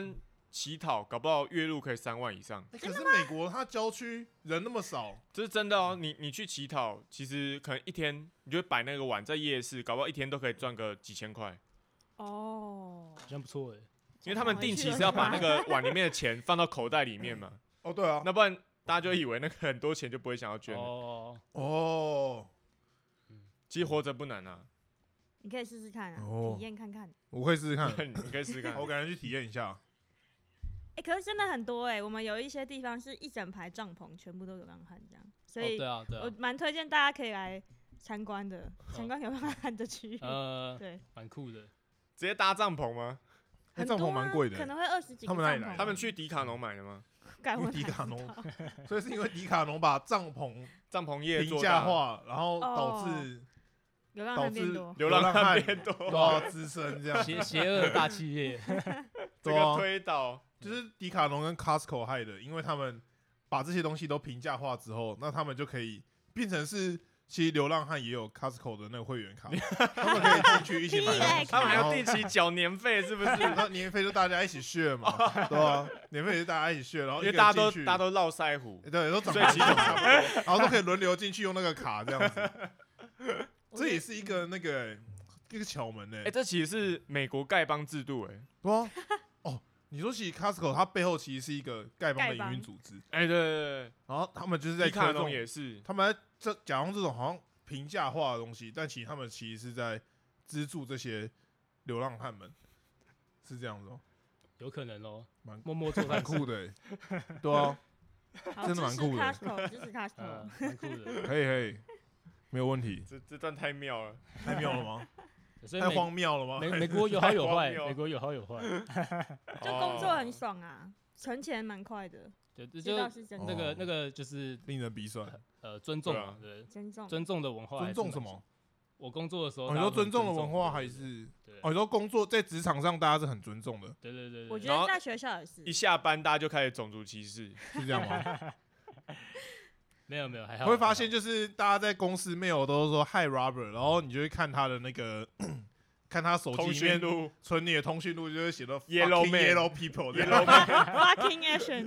乞讨，搞不好月入可以三万以上。 欸、可是美国它郊区人那么少， 这是真的哦。你你去乞讨，其实可能一天你就会摆那个碗在夜市，搞不好一天都可以赚个几千块。 哦， 好像不错哎。 因为他们定期是要把那个碗里面的钱放到口袋里面嘛。 哦，对啊， 那不然大家就以为那个很多钱就不会想要捐了。 哦哦， 其实活着不难啊。 你可以试试看啊， 哦体验看看。 我可以试试看， 你可以试试看。 我感觉去体验一下。 哎、欸，可是真的很多哎、欸，我们有一些地方是一整排帐篷，全部都流浪汉这样，所以哦对啊对啊我蛮推荐大家可以来参观的，参观流浪汉的区域。 呃， 对， 蛮酷的。 直接搭帐篷吗？ 很帐篷蛮贵的， 可能会二十几个。 他们哪里来？ 他们去迪卡侬买的吗？ 因为迪卡侬，所以是因为迪卡侬把帐篷帐篷业平价化，然后导致流浪汉变多， 流浪汉变多， 都要滋生这样。 邪邪恶的大企业， 这个推导就是迪卡侬跟 Costco 害的，因为他们把这些东西都平价化之后，那他们就可以变成是。其实流浪汉也有 Costco 的那个会员卡，他们可以进去一起买东西， 他们还要定期缴年费，是不是？ 那年费就大家一起 share 嘛，对吧？年费也是大家一起 share， 然后因为大家都大家都络腮胡， 对，都长得差不多，然后都可以轮流进去用那个卡这样子。这也是一个那个一个巧门呢。 哎，这其实是美国丐帮制度哎， 对啊。哦，你说其实 Costco 它背后其实是一个丐帮的营运组织， 哎，对对对， 然后他们就是在迪卡侬也是， 他们在这假装这种好像平价化的东西，但其实他们其实是在资助这些流浪汉们，是这样子哦。 有可能哦， 蛮默默做蛮酷的，对啊，真的蛮酷的。 支持 Costco， 蛮酷的， 可以可以，没有问题。 这这段太妙了， 太妙了吗？ 所以太荒谬了吗？ 美美国有好有坏，美国有好有坏。 就工作很爽啊，存钱蛮快的。 对，这就那个那个就是令人鼻酸。 呃，尊重嘛，对， 尊重尊重的文化。 尊重什么？ 我工作的时候， 你说尊重的文化还是？哦，你说工作在职场上大家是很尊重的。 对对对。 我觉得在学校也是。 一下班大家就开始种族歧视， 是这样吗？ 没有没有，还好。 会发现就是大家在公司 mail 都是说 Hi Robert， 然后你就会看他的那个。看他手机里面存你的通讯录，就会写到 Yellow Yellow People Yellow Fucking Action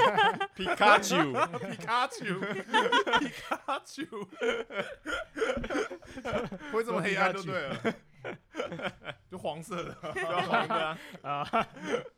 Pikachu Pikachu Pikachu 不会这么黑暗就对了，就黄色的， 黄的啊。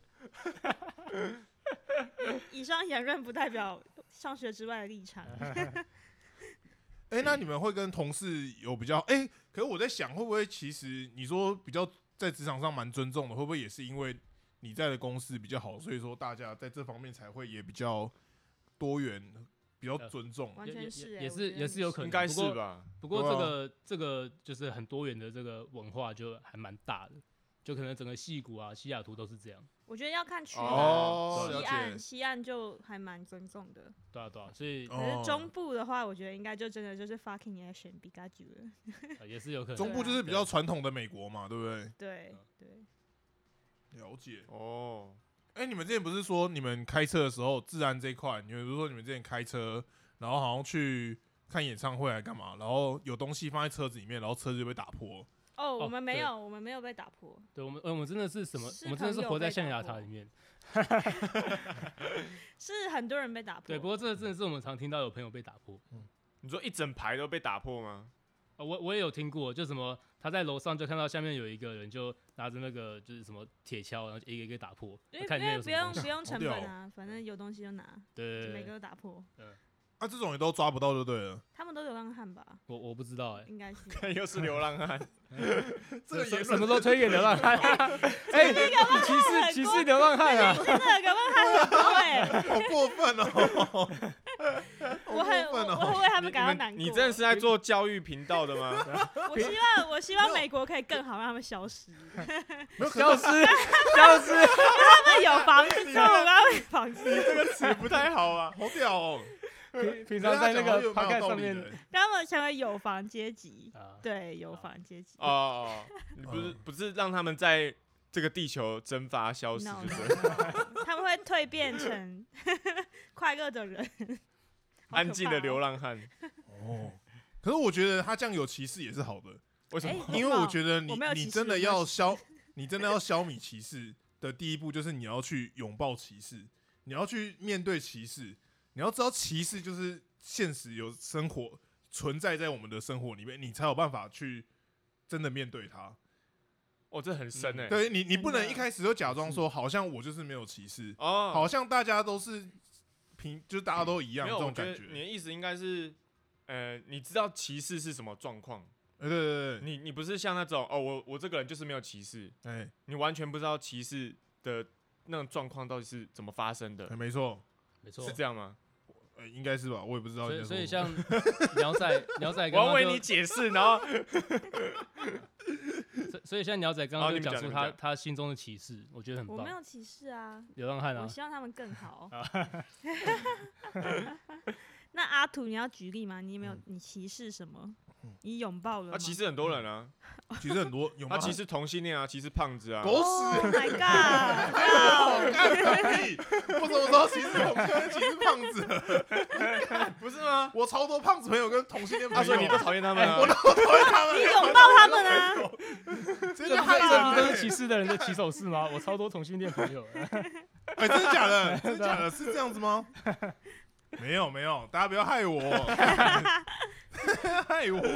以上言论不代表上学之外的立场。 哎、欸，那你们会跟同事有比较？哎、欸，可是我在想，会不会其实你说比较在职场上蛮尊重的，会不会也是因为你在的公司比较好，所以说大家在这方面才会也比较多元，比较尊重？ 完全是、欸， 也是也是有可能， 应该是吧？ 不过这个、啊、这个就是很多元的这个文化就还蛮大的，就可能整个矽谷啊、西雅图都是这样。 我觉得要看区啊， 哦、 西岸西岸就还蛮尊重的。 对啊对啊，所以可是中部的话，我觉得应该就真的就是 fucking action Pikachu 了、 呃。也是有可能。 中部就是比较传统的美国嘛，对不对？ 对对。 了解哦。 哎、欸，你们之前不是说你们开车的时候，治安这一块，你们不是说你们之前开车，然后好像去看演唱会还干嘛，然后有东西放在车子里面，然后车子就被打破。 哦，我们没有，我们没有被打破。 对，我们，我们真的是什么？我们真的是活在象牙塔里面。 是很多人被打破。 对，不过这真的是我们常听到有朋友被打破。 嗯，你说一整排都被打破吗？ 啊、我我也有听过，就什么他在楼上就看到下面有一个人就拿着那个就是什么铁锹，然后一个一个打破。 因为看里面有不用不用成本啊，反正有东西就拿。 对， 就每个都打破。 对。 啊，这种也都抓不到就对了。 他们都流浪汉吧？ 我我不知道哎、欸， 应该是。 又是流浪汉， 这个什么都推给流浪汉。哎、欸，歧视歧视流浪汉啊！ 真的流浪汉很多哎， 好过分哦！ 我很我我会为他们感到难过。 你真的是在做教育频道的吗？ 我希望我希望美国可以更好，让他们消失。 消失消失， 让他们有房子住，让他们有房子。 这个词不太好啊， 好屌哦！ 平平常在那个 podcast 上面， 让他们成为有房阶级，啊、对，有房阶级。 哦，你不是不是让他们在这个地球蒸发消失， no, no, no, 他们会蜕变成快乐的人， 安静的流浪汉。 哦，可是我觉得他这样有歧视也是好的， 为什么？ 因为我觉得你我你真的要消，你真的要消弭歧视， 的第一步就是你要去拥抱歧视，你要去面对歧视，你要知道歧视就是现实有生活存在在我们的生活里面，你才有办法去真的面对它。 哦，这很深哎、欸。 对你，你不能一开始就假装说好像我就是没有歧视， 哦， 好像大家都是平，就是大家都一样这种感觉。 你的意思应该是，呃，你知道歧视是什么状况？ 对对对， 你你不是像那种哦，我我这个人就是没有歧视，哎，你完全不知道歧视的那种状况到底是怎么发生的。 没错， 没错， 是这样吗？ 呃，应该是吧，我也不知道。 所以所以像鸟仔鸟仔， 我要为你解释，然后。 所以现在鸟仔刚刚就讲出他他心中的歧视，我觉得很棒。 我没有歧视啊， 流浪汉啊， 我希望他们更好。那阿土，你要举例吗？你有没有你歧视什么？你拥抱了吗？ 他歧视很多人啊， 歧视很多， 他歧视同性恋啊，歧视胖子啊。 狗屎 ！Oh my god！ 我怎么知道歧视同性恋、歧视胖子？ 不是吗？ 我超多胖子朋友跟同性恋朋友， 他说你都讨厌他们啊， 我都讨厌他们。 你拥抱他们啊！ 这个害人， 这是歧视的人的起手式吗？我超多同性恋朋友。 哎，真的假的？真的假的？是这样子吗？没有没有，大家不要害我，害我。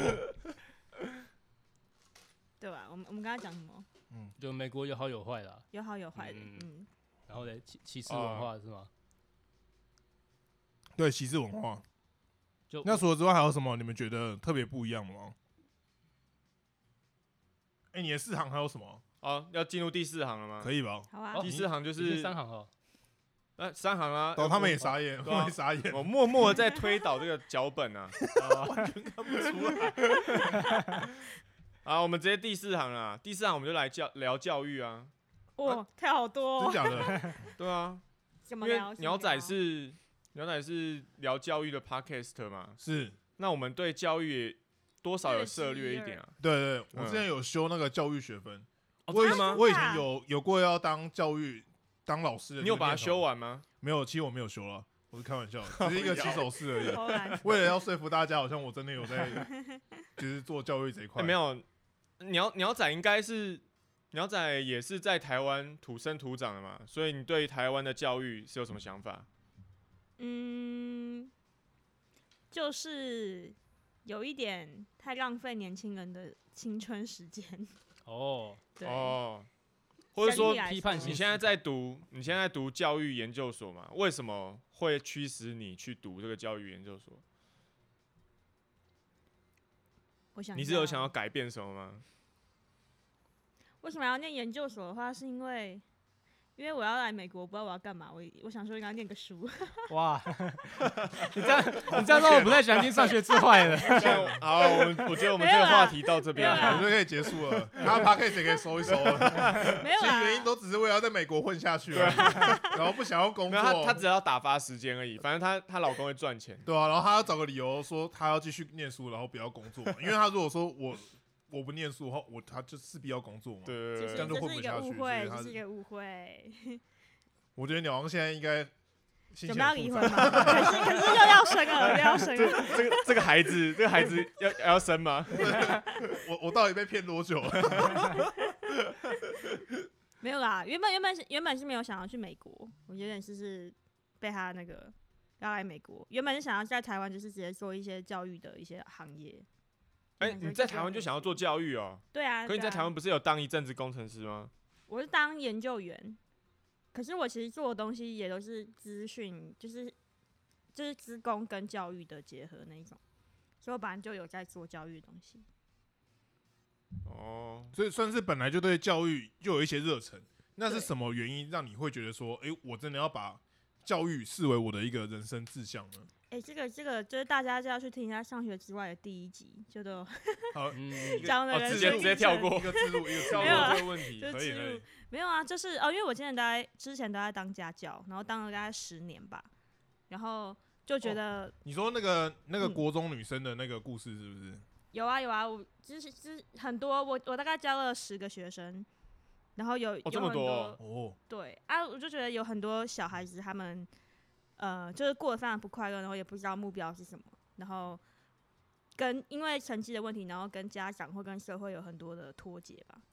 对吧？我们我们刚刚讲什么？ 嗯，就美国有好有坏啦， 有好有坏的， 嗯。 嗯然后呢，歧歧视文化、哦、是吗？ 对，歧视文化。 就那除了之外还有什么你们觉得特别不一样的吗？哎、欸，你的四行还有什么？ 哦，要进入第四行了吗？ 可以吧？ 好啊。 第四行就是三行哦。 呃，三行啊， 哦，他们也傻眼，他们也傻眼。 我默默的在推导这个脚本啊， 完全看不出来。 啊，我们直接第四行啊，第四行我们就来教聊教育啊。 哇，啊、太好多、哦！ 真假的？ 对啊， 怎么聊？ 因为鸟仔是鸟仔是聊教育的 podcast 嘛， 是。 那我们对教育也多少有涉略一点啊。 对 对, 對，我之前有修那个教育学分。 哦、 我以吗？ 我以前有有过要当教育。当老师的， 你有把它修完吗？ 没有，其实我没有修了，我是开玩笑的，只是一个起手式而已。 已为了要说服大家，好像我真的有在，就是做教育这一块、 欸。没有，鸟鸟仔应该是鸟仔也是在台湾土生土长的嘛，所以你对台湾的教育是有什么想法？ 嗯，就是有一点太浪费年轻人的青春时间。 哦， 对哦。或者说， 批判你现在在读，你现在在读教育研究所嘛？为什么会驱使你去读这个教育研究所？ 我想， 你是有想要改变什么吗？ 为什么要念研究所的话，是因为。因为我要来美国，我不知道我要干嘛，我我想说应该念个书。 哇，你这样你这样让我不太喜欢听上学之坏了。 好，我们我觉得我们这个话题到这边， 我觉得可以结束了。他 podcast 也可以收一收了。 没有其实原因都只是为了在美国混下去了，然后不想要工作。 他他只要打发时间而已，反正她她老公会赚钱。 对啊，然后他要找个理由说他要继续念书，然后不要工作，因为他如果说我。我不念书的话，我他就势必要工作嘛， 对对对， 这样就混不下去。 这是一个误会。 我觉得鸟王现在应该准备要离婚吗？可是可是又要生了，又要生了。 这个这个孩子，这个孩子要要生吗？ 我我到底被骗多久了？ 没有啦，原本原本是原本是没有想要去美国，我有点就是被他那个要来美国，原本是想要在台湾就是直接做一些教育的一些行业。 哎、欸，你在台湾就想要做教育哦？ 对啊。 可你在台湾不是有当一阵子工程师吗？ 我是当研究员，可是我其实做的东西也都是资讯，就是就是资工跟教育的结合那一种，所以我本来就有在做教育的东西。 哦， 所以算是本来就对教育就有一些热忱。那是什么原因让你会觉得说，哎、欸，我真的要把教育视为我的一个人生志向呢？ 哎、欸，这个这个就是大家就要去听一下上学之外的第一集，就都好讲的人直接直接跳过一个字幕，一个跳过这个问题， 就是、 可以可以。 没有啊，就是哦，因为我之前都在之前都在当家教，然后当了大概十年吧，然后就觉得、哦、 你说那个那个国中女生的那个故事是不是？嗯、 有啊有啊，我就是就是很多，我我大概教了十个学生，然后有、 哦、这么多哦， 对啊，我就觉得有很多小孩子他们。呃，就是过得非常不快乐，然后也不知道目标是什么，然后跟因为成绩的问题，然后跟家长或跟社会有很多的脱节吧。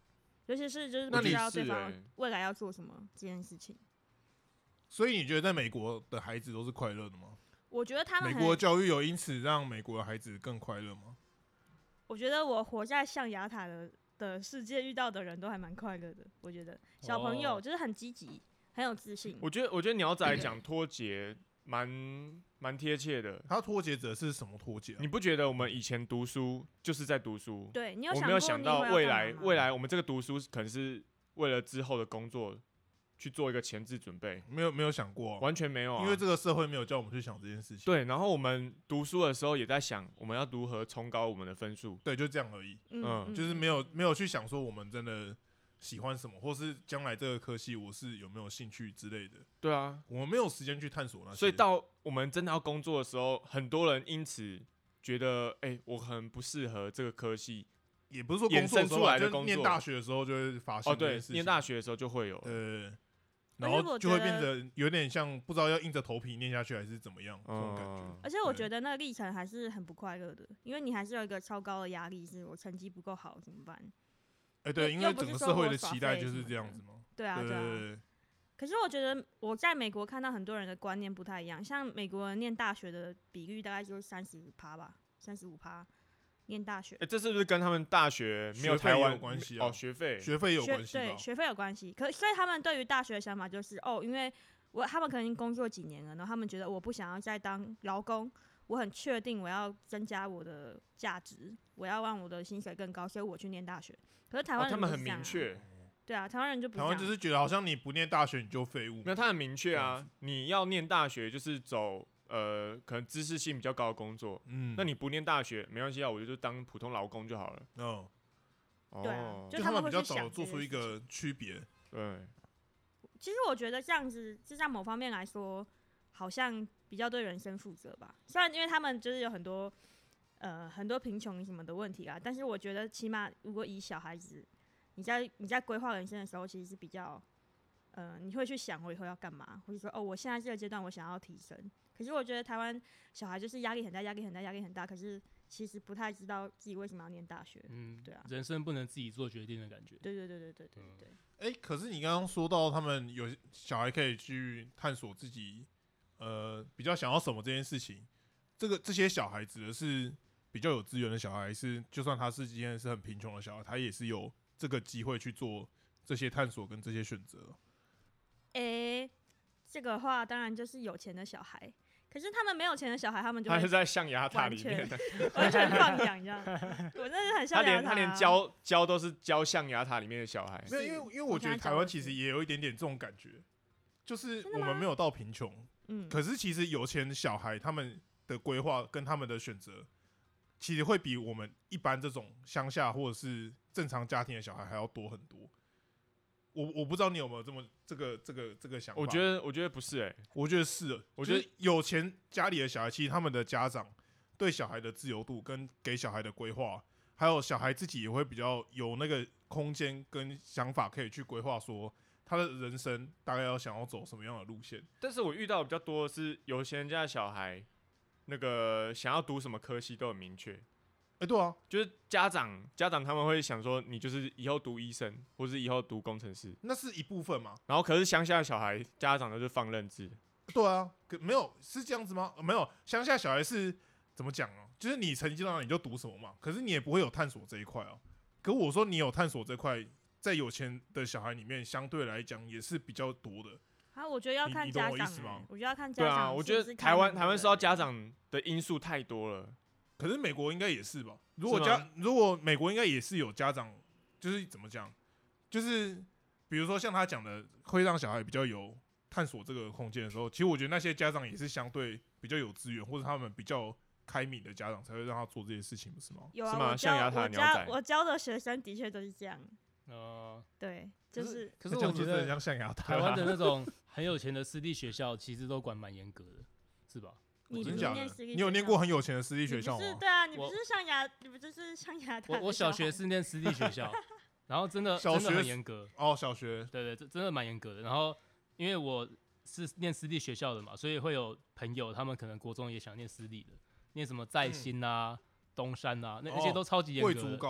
尤其是就是不知道对方未来要做什么这件事情。 所以你觉得在美国的孩子都是快乐的吗？ 我觉得他们美国的教育有因此让美国的孩子更快乐吗？ 我觉得我活在象牙塔的的世界遇到的人都还蛮快乐的。我觉得小朋友就是很积极，很有自信。 我觉得我觉得鸟仔讲脱节蛮蛮贴切的。 他脱节者是什么脱节、啊？ 你不觉得我们以前读书就是在读书？ 对，你有我没有想到未来未来我们这个读书可能是为了之后的工作。去做一个前置准备， 没有没有想过、啊， 完全没有、啊， 因为这个社会没有叫我们去想这件事情。 对，然后我们读书的时候也在想，我们要如何冲高我们的分数。 对，就这样而已。 嗯，嗯就是没有没有去想说我们真的喜欢什么，或是将来这个科系我是有没有兴趣之类的。 对啊， 我们没有时间去探索那些。 所以到我们真的要工作的时候，很多人因此觉得，哎、欸，我很不适合这个科系。 也不是说工作衍生出来的工作， 念大学的时候就会发现哦，对，念大学的时候就会有。 对。然后就会变得有点像不知道要硬着头皮念下去还是怎么样、嗯、这种感觉。 而且我觉得那个历程还是很不快乐的，因为你还是有一个超高的压力，是我成绩不够好怎么办？ 哎、欸，对，因为整个社会的期待就是这样子嘛。 对啊，对啊。對對對可是我觉得我在美国看到很多人的观念不太一样，像美国人念大学的比率大概就是三十趴吧，三十五趴。念大学， 哎、欸，这是不是跟他们大学没有台湾有关系啊？ 哦，学费， 学费有关系， 对，学费有关系。可所以他们对于大学的想法就是，哦，因为我他们可能已经工作几年了，然后他们觉得我不想要再当劳工，我很确定我要增加我的价值，我要让我的薪水更高，所以我去念大学。可是台湾人、啊哦、他们很明确， 对啊，台湾人就不台湾就是觉得好像你不念大学你就废物。 没有，他很明确啊，你要念大学就是走。呃，可能知识性比较高的工作，嗯，那你不念大学没关系啊，我就当普通劳工就好了。 哦， 对啊， 就他们比较早做出一个区别。 对， 其实我觉得这样子，就在某方面来说，好像比较对人生负责吧。虽然因为他们就是有很多呃很多贫穷什么的问题啦，但是我觉得起码如果以小孩子，你在你在规划人生的时候，其实是比较呃你会去想我以后要干嘛，或者说哦我现在这个阶段我想要提升。可是我觉得台湾小孩就是压力很大，压力很大，压力很大。可是其实不太知道自己为什么要念大学。嗯，对啊， 人生不能自己做决定的感觉。 对对对对对对对。 哎、欸，可是你刚刚说到他们有小孩可以去探索自己，呃，比较想要什么这件事情，这个这些小孩指的是比较有资源的小孩，是就算他是今天是很贫穷的小孩，他也是有这个机会去做这些探索跟这些选择。 哎、欸，这个话当然就是有钱的小孩。可是他们没有钱的小孩，他们就他是在象牙塔里面的， 完全放养，这样。我真的是很象牙塔、啊。他连他连教教都是教象牙塔里面的小孩。 没有，因为因为我觉得台湾其实也有一点点这种感觉，就是我们没有到贫穷，嗯，可是其实有钱的小孩他们的规划跟他们的选择，其实会比我们一般这种乡下或者是正常家庭的小孩还要多很多。我我不知道你有没有这么这个这个这个想法？ 我觉得我觉得不是哎、欸， 我觉得是，我觉得有钱家里的小孩，其实他们的家长对小孩的自由度跟给小孩的规划，还有小孩自己也会比较有那个空间跟想法，可以去规划说他的人生大概要想要走什么样的路线。 但是我遇到的比较多的是有钱人家的小孩，那个想要读什么科系都很明确。 哎、欸，对啊， 就是家长，家长他们会想说，你就是以后读医生，或是以后读工程师， 那是一部分嘛。 然后可是乡下的小孩，家长都是放任制。 对啊，可没有是这样子吗？没有，乡下小孩是怎么讲啊？就是你成绩到哪你就读什么嘛，可是你也不会有探索这一块啊。可我说你有探索这块，在有钱的小孩里面，相对来讲也是比较多的。 啊，我觉得要看家长、欸，我, 我觉得要看家长。 对啊，我觉得台湾台湾受到家长的因素太多了。 可是美国应该也是吧？如果家如果美国应该也是有家长，就是怎么讲，就是比如说像他讲的，会让小孩比较有探索这个空间的时候，其实我觉得那些家长也是相对比较有资源，或者他们比较开明的家长才会让他做这些事情，不是吗？ 有啊， 是吗？象牙塔鸟仔， 我教的学生的确都是这样。 呃， 对，就是。 可是我觉得像象牙塔， 台湾的那种很有钱的私立学校，其实都管蛮严格的，是吧？ 你真假的？你有念过很有钱的私立学校吗？ 是，对啊，你不是象牙，你不就是象牙塔？ 我我小学是念私立学校，然后真的真的很严格哦，小学对对，真的蛮严格的。然后因为我是念私立学校的嘛，所以会有朋友他们可能国中也想念私立的，念什么在新啊、嗯、东山啊，那那些都超级严格的。 贵族高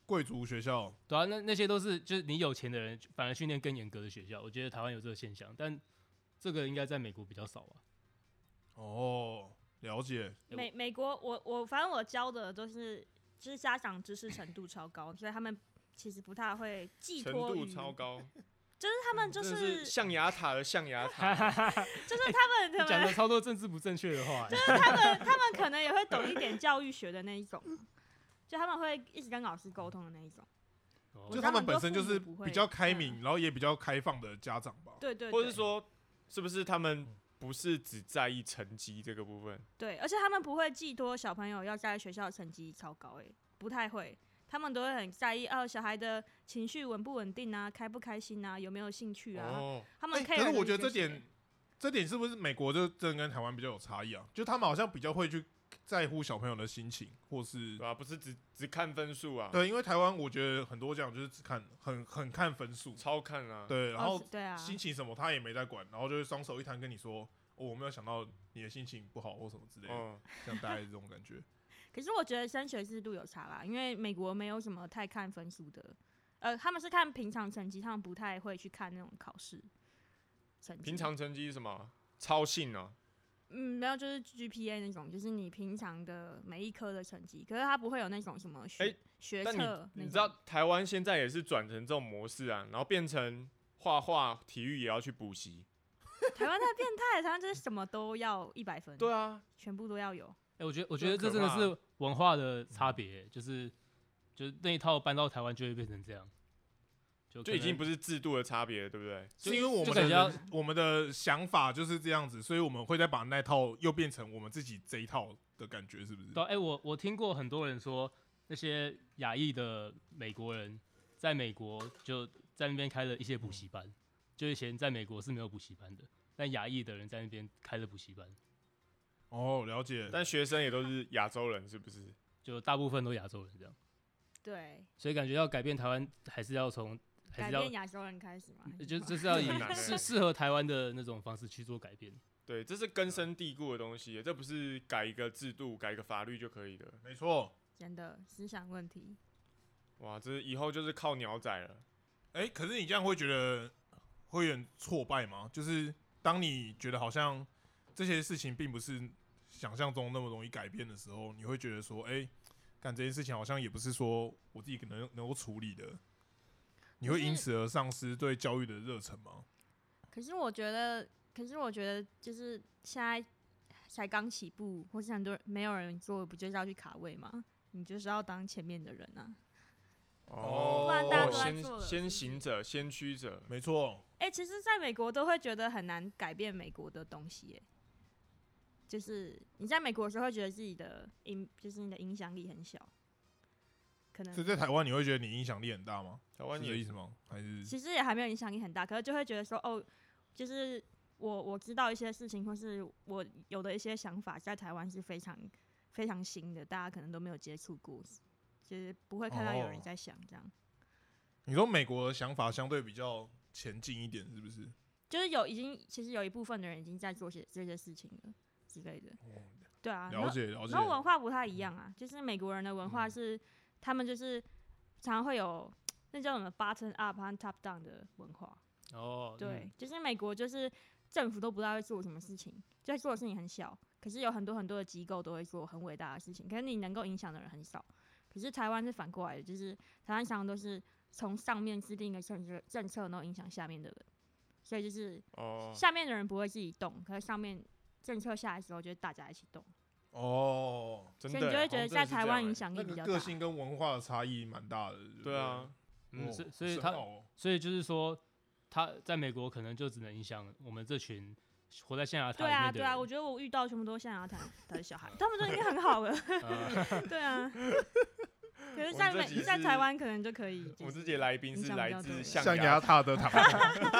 贵族学校， 对啊，那那些都是就是你有钱的人反而训练更严格的学校，我觉得台湾有这个现象，但这个应该在美国比较少吧。 哦，了解。 美美国，我我反正我教的都是，就是家长知识程度超高，所以他们其实不太会寄托于程度超高， 就是他们就真的是是象牙塔的象牙塔， 就是他们他讲了们超多政治不正确的话、欸， 就是他们他们可能也会懂一点教育学的那一种，就他们会一直跟老师沟通的那一种。 哦就他们本身就是比较开明， 嗯、 然后也比较开放的家长吧。 对对对， 或者是说，是不是他们不是只在意成绩这个部分？ 对，而且他们不会寄托小朋友要在学校成绩超高、欸，哎，不太会。他们都会很在意哦，小孩的情绪稳不稳定啊，开不开心啊，有没有兴趣啊？哦、他们 care、 欸、可是我觉得这点，这点是不是美国就真的跟台湾比较有差异啊？就他们好像比较会去在乎小朋友的心情，或是对啊，不是只只看分数啊。 对，因为台湾我觉得很多家长就是只看很很看分数， 超看啊。 对，然后对啊， 心情什么他也没在管，然后就会双手一摊跟你说，哦，我没有想到你的心情不好或什么之类的，哦、像大概是这种感觉。 可是我觉得升学制度有差啦，因为美国没有什么太看分数的，呃，他们是看平常成绩，他们不太会去看那种考试成绩。 平常成绩是什么？超信啊？ 嗯，没有，就是 G P A 那种，就是你平常的每一科的成绩。可是他不会有那种什么学、欸、学测。 你, 你知道台湾现在也是转成这种模式啊，然后变成画画、体育也要去补习。 台湾太变态，台湾就是什么都要一百分。 对啊， 全部都要有。 哎、欸，我觉得，我觉得这真的是文化的差别、欸，就是就是那一套搬到台湾就会变成这样， 就就已经不是制度的差别，对不对？ 是因为我们的我们的想法就是这样子，所以我们会再把那套又变成我们自己这一套的感觉，是不是？ 对，哎、欸，我我听过很多人说，那些亚裔的美国人在美国就在那边开了一些补习班，嗯、就以前在美国是没有补习班的，但亚裔的人在那边开了补习班。 哦，了解。 但学生也都是亚洲人，是不是？ 就大部分都亚洲人这样。 对。 所以感觉要改变台湾，还是要从改变亚洲人开始嘛？ 就就是要以适适合台湾的那种方式去做改变。 对，这是根深蒂固的东西，这不是改一个制度、改一个法律就可以的。 没错。 真的思想问题。 哇，这以后就是靠鸟仔了。 哎、欸，可是你这样会觉得会有点挫败吗？就是当你觉得好像这些事情并不是想象中那么容易改变的时候，你会觉得说，哎、欸，干这件事情好像也不是说我自己可能能够处理的，你会因此而丧失对教育的热忱吗？ 可是我觉得，可是我觉得，就是现在才刚起步，或是很多人没有人做，不就是要去卡位吗？你就是要当前面的人啊。 哦， 不然大家都在做了， 先行者、先驱者， 没错。 哎、欸，其实在美国都会觉得很难改变美国的东西、欸，就是你在美国的时候会觉得自己的影，就是你的影响力很小，可能。 所以在台湾你会觉得你影响力很大吗？ 台湾是这意思吗？还是？ 其实也还没有影响力很大，可是就会觉得说，哦，就是我我知道一些事情，或是我有的一些想法，在台湾是非常非常新的，大家可能都没有接触过，就是不会看到有人在想这样。哦、 你说美国的想法相对比较前进一点，是不是？ 就是有已经，其实有一部分的人已经在做些这些事情了之类的。哦、对啊， 了解了解。 然后文化不太一样啊，就是美国人的文化是，嗯、他们就是常常会有那叫什么 bottom up 和 top down 的文化。 哦， 对， 嗯、 就是美国就是政府都不知道会做什么事情，就在做的事情很小，可是有很多很多的机构都会做很伟大的事情，可是你能够影响的人很少。可是台湾是反过来的，就是台湾常常都是从上面制定一个政策，政策然后影响下面的人，所以就是下面的人不会自己动，可是上面政策下来的时候，就会大家一起动。 哦，真的， 所以你就会觉得在台湾影响力比较大。 那个个性跟文化的差异蛮大的。对, 对啊， 嗯，所以所以他， 哦、 所以就是说，他在美国可能就只能影响我们这群活在象牙塔里面的人。 对啊，对啊，我觉得我遇到全部都象牙塔的小孩，他们都已经很好了。对啊。可是在美在台湾可能就可以。 我们自己的来宾是来自象牙塔的唐风。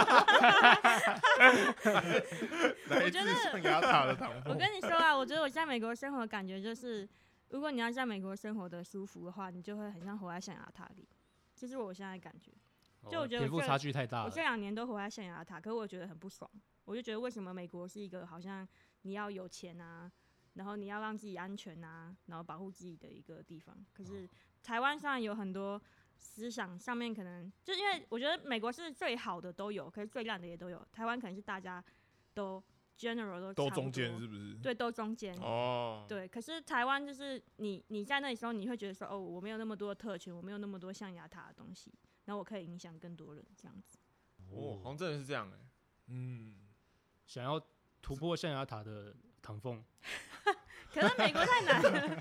我觉得象牙塔的唐风。 我跟你说啊，我觉得我在美国生活的感觉就是，如果你要在美国生活的舒服的话，你就会很像活在象牙塔里。这是我现在的感觉。就我觉得贫富差距太大了。 我这两年都活在象牙塔，可是我觉得很不爽。我就觉得为什么美国是一个好像你要有钱啊，然后你要让自己安全啊，然后保护自己的一个地方，可是台湾上有很多思想上面可能就因为我觉得美国是最好的都有，可是最烂的也都有。台湾可能是大家都 general 都都中间是不是？ 对，都中间。 哦， 对，可是台湾就是你你在那里时候，你会觉得说，哦，我没有那么多的特权，我没有那么多象牙塔的东西，然后我可以影响更多人这样子。 哦，好像真的是这样哎、欸。 嗯， 想要突破象牙塔的唐凤， 可是美国太难了。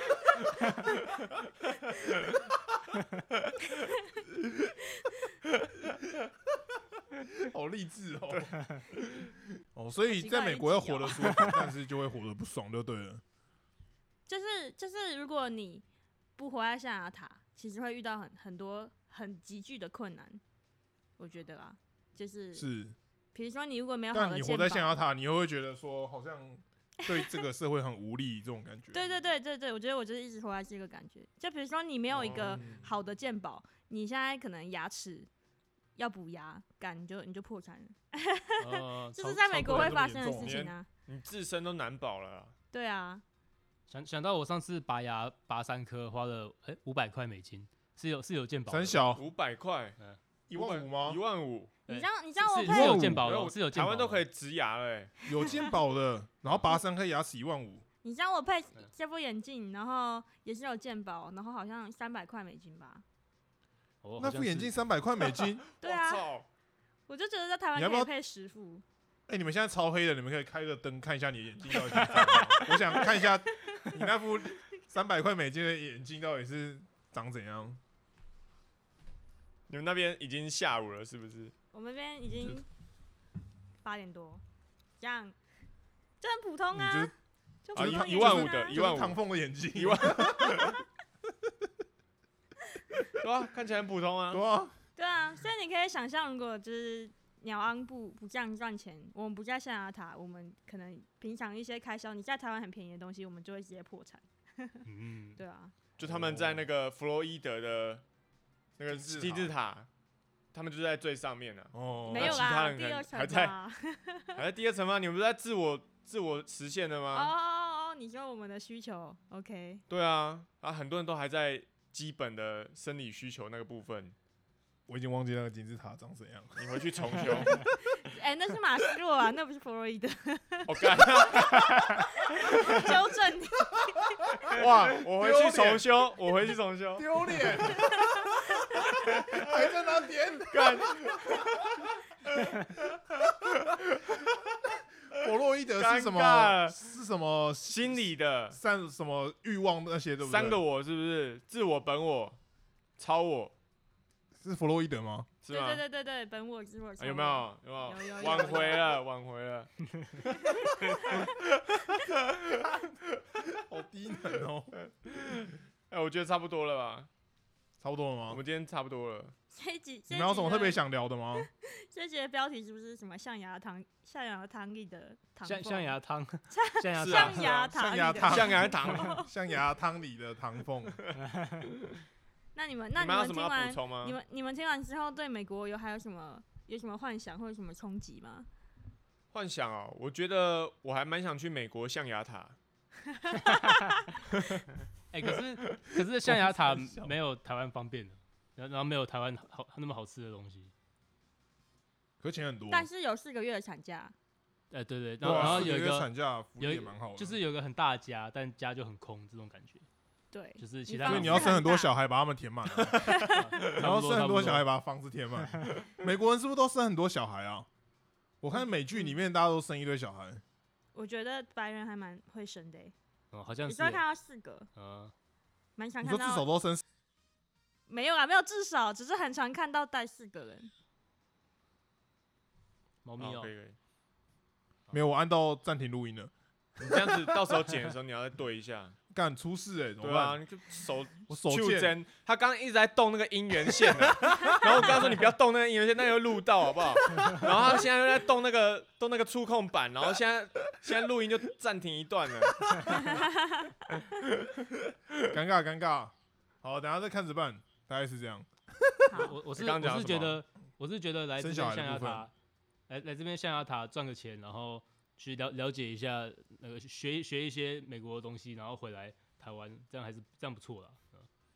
好励志哦！哦，所以在美国要活得舒服，但是就会活得不爽，就对了。 就是就是，如果你不活在象牙塔，其实会遇到很很多很急剧的困难。我觉得啊，就是是， 比如说你如果没有好的但你活在象牙塔，你又会觉得说好像对这个社会很无力，这种感觉。 对对对对对，我觉得我就是一直活在这个感觉。就比如说你没有一个好的健保，你现在可能牙齿要补牙，干你就你就破产了。 呃， 这是在美国会发生的事情啊。 你自身都难保了。 对啊。 想想到我上次拔牙拔三颗，花了哎五百块美金，是有是有健保。 三小五百块， 一万五吗？ 一万五。 你这样你这样我是是有健保的，是有健保。 台湾都可以植牙了、欸， 有健保的，然后拔三颗牙齿一万五。 你像我配这副眼镜，然后也是有健保，然后好像三百块美金吧。 哦、 那副眼镜三百块美金？ 对啊，我就觉得在台湾可以配十副。 哎、欸，你们现在超黑的，你们可以开个灯看一下你的眼睛到底是怎样。我想看一下你那副三百块美金的眼镜到底是长怎样。 你们那边已经下午了，是不是？ 我们那边已经八点多，这样这很普通啊。就啊， 一一万五的，一万五。 唐凤的眼镜， 一万。对啊，看起来很普通啊。 对啊。 对啊，所以你可以想象，如果就是鸟昂不不这样赚钱，我们不在象牙塔，我们可能平常一些开销，你在台湾很便宜的东西，我们就会直接破产。嗯，对啊。 就他们在那个弗洛伊德的那个金字塔。他们就在最上面了、啊， 哦，没有啦，第二层还在，还在第二层吗？你们不是在自我自我实现的吗？ 哦哦哦，你说我们的需求 ，OK？ 对啊，啊，很多人都还在基本的生理需求那个部分。 我已经忘记那个金字塔长怎样， 你回去重修。 哎、欸，那是马斯洛啊，那不是弗洛伊德。 我干， 纠正你。 哇，我回去重修，我回去重修， 丢脸。还在那边干。 弗洛伊德是什么？是什么心理的三什么欲望那些对不对？ 三个我是不是？自我、本我、超我， 是弗洛伊德吗？ 是吗？ 对对对对，本我、自我、超我。 有没有？有没有？ 有有有挽回了，挽回了。 好低能哦！ 哎，我觉得差不多了吧？ 差不多了吗？ 我们今天差不多了。 这一集， 你们有什么特别想聊的吗？ 这一集的标题是不是什么象牙汤？象牙汤里的糖象象牙汤， 象牙象牙汤， 象牙汤， 象牙汤， 象牙汤里的唐凤。 那你们，那你们们听完， 你们你们听完之后，对美国有还有什么有什么幻想或者什么冲击吗？ 幻想哦，我觉得我还蛮想去美国象牙塔。 哎、欸，可是可是象牙塔没有台湾方便的，然后没有台湾好那么好吃的东西， 可钱很多。 但是有四个月的产假。 哎、欸，对对，然后、啊、然后有一个产假福利也蛮好的， 就是有一个很大的家，但家就很空，这种感觉。 对， 就是其他， 所以你要生很多小孩，把他们填满、啊，然后生很多小孩，把房子填满。美国人是不是都生很多小孩啊？我看美剧里面大家都生一堆小孩。 我觉得白人还蛮会生的、欸， 嗯，好像是。 你会看到四个，嗯，蛮常看到。 你说至少都生？ 没有啊，没有至少，只是很常看到带四个人。 猫咪哦， 可以可以。 没有，我按到暂停录音了。 你这样子到时候剪的时候，你要再对一下。 干出事哎、欸，怎么办？对啊，你就手我手贱，他刚刚一直在动那个音源线的，然后我跟他说你不要动那个音源线，那个会录到好不好？然后他现在又在动那个动那个触控板，然后现在现在录音就暂停一段了， 尴尬尴尬。好，等一下再看着办，大概是这样。 我我是我是觉得我是觉得来这边象牙塔，来来这边象牙塔赚个钱，然后。去了了解一下，那个学学一些美国的东西，然后回来台湾，这样还是这样不错啦。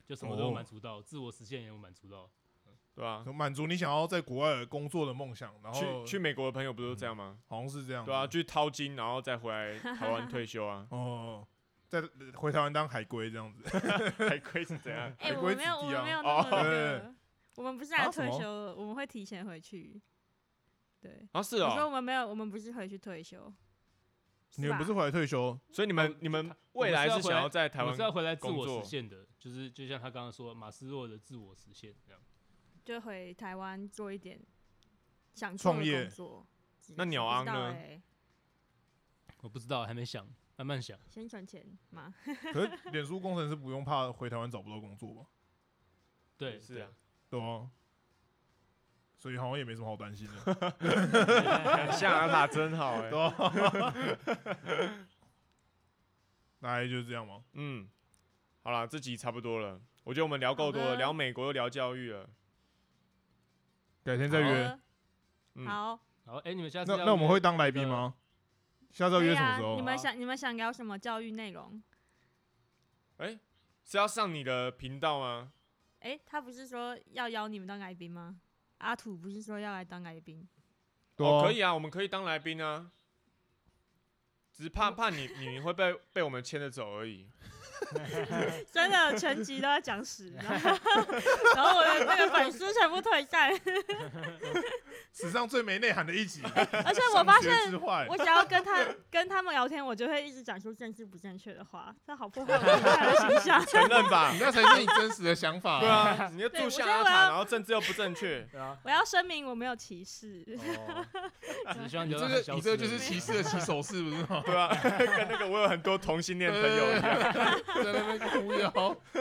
就什么都有满足到，自我实现也有满足到。 对吧、 啊？满足你想要在国外工作的梦想，然后去去美国的朋友不都这样吗？ 嗯、好像是这样。 对啊，去淘金，然后再回来台湾退休啊。 哦，再回台湾当海龟这样子。 海龟是怎样？ 哎、欸， 海我们没有，我们没有那么那个，哦、我们不是来退休、啊，我们会提前回去。对啊，是哦。 我说我们没有，我们不是回去退休。 你们不是回来退休， 所以你们、哦、你们未来是想要在台湾， 是要回来自我实现的，就是就像他刚刚说马斯洛的自我实现这样。 就回台湾做一点想做的工作。 那鸟昂呢、 欸？ 我不知道，还没想，慢慢想。 先存钱嘛。 可是脸书工程师不用怕回台湾找不到工作吧？ 对， 是啊， 对啊。所以好像也没什么好担心的。 象牙塔真好哎、 欸。大概就是这样吗？ 嗯，好啦，这集差不多了。我觉得我们聊够多了，聊美国又聊教育了。 改天再约。 嗯、好。 好，哎、欸，你们下次那那我们会当来宾吗？下次要约什么时候？ 啊、你们想你们想聊什么教育内容？ 哎、欸，是要上你的频道吗？ 哎、欸，他不是说要邀你们当来宾吗？阿土不是说要来当来宾？ 哦，可以啊，我们可以当来宾啊。只是怕怕你你会被被我们牵着走而已。 真的全集都在讲屎，然后然后我的那个粉丝全部退散。 史上最没内涵的一集。 而且我发现，我只要跟他跟他们聊天，我就会一直讲出政治不正确的话，这好破坏我对他的形象。 承认吧， 你那才是你真实的想法。 对啊，你要住象牙塔，然后政治又不正确。 对啊， 我要声明我没有歧视。 哦，只希望你这个你这个就是歧视的起手式，不是吗？ 对啊，跟那个我有很多同性恋朋友一样。 在那边忽悠。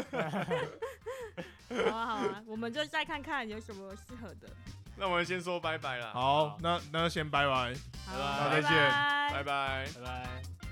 好啊好啊，我们就再看看有什么适合的。 那我们先说拜拜了。 好，那那先拜拜， 好， 那再见， 拜拜， 拜拜。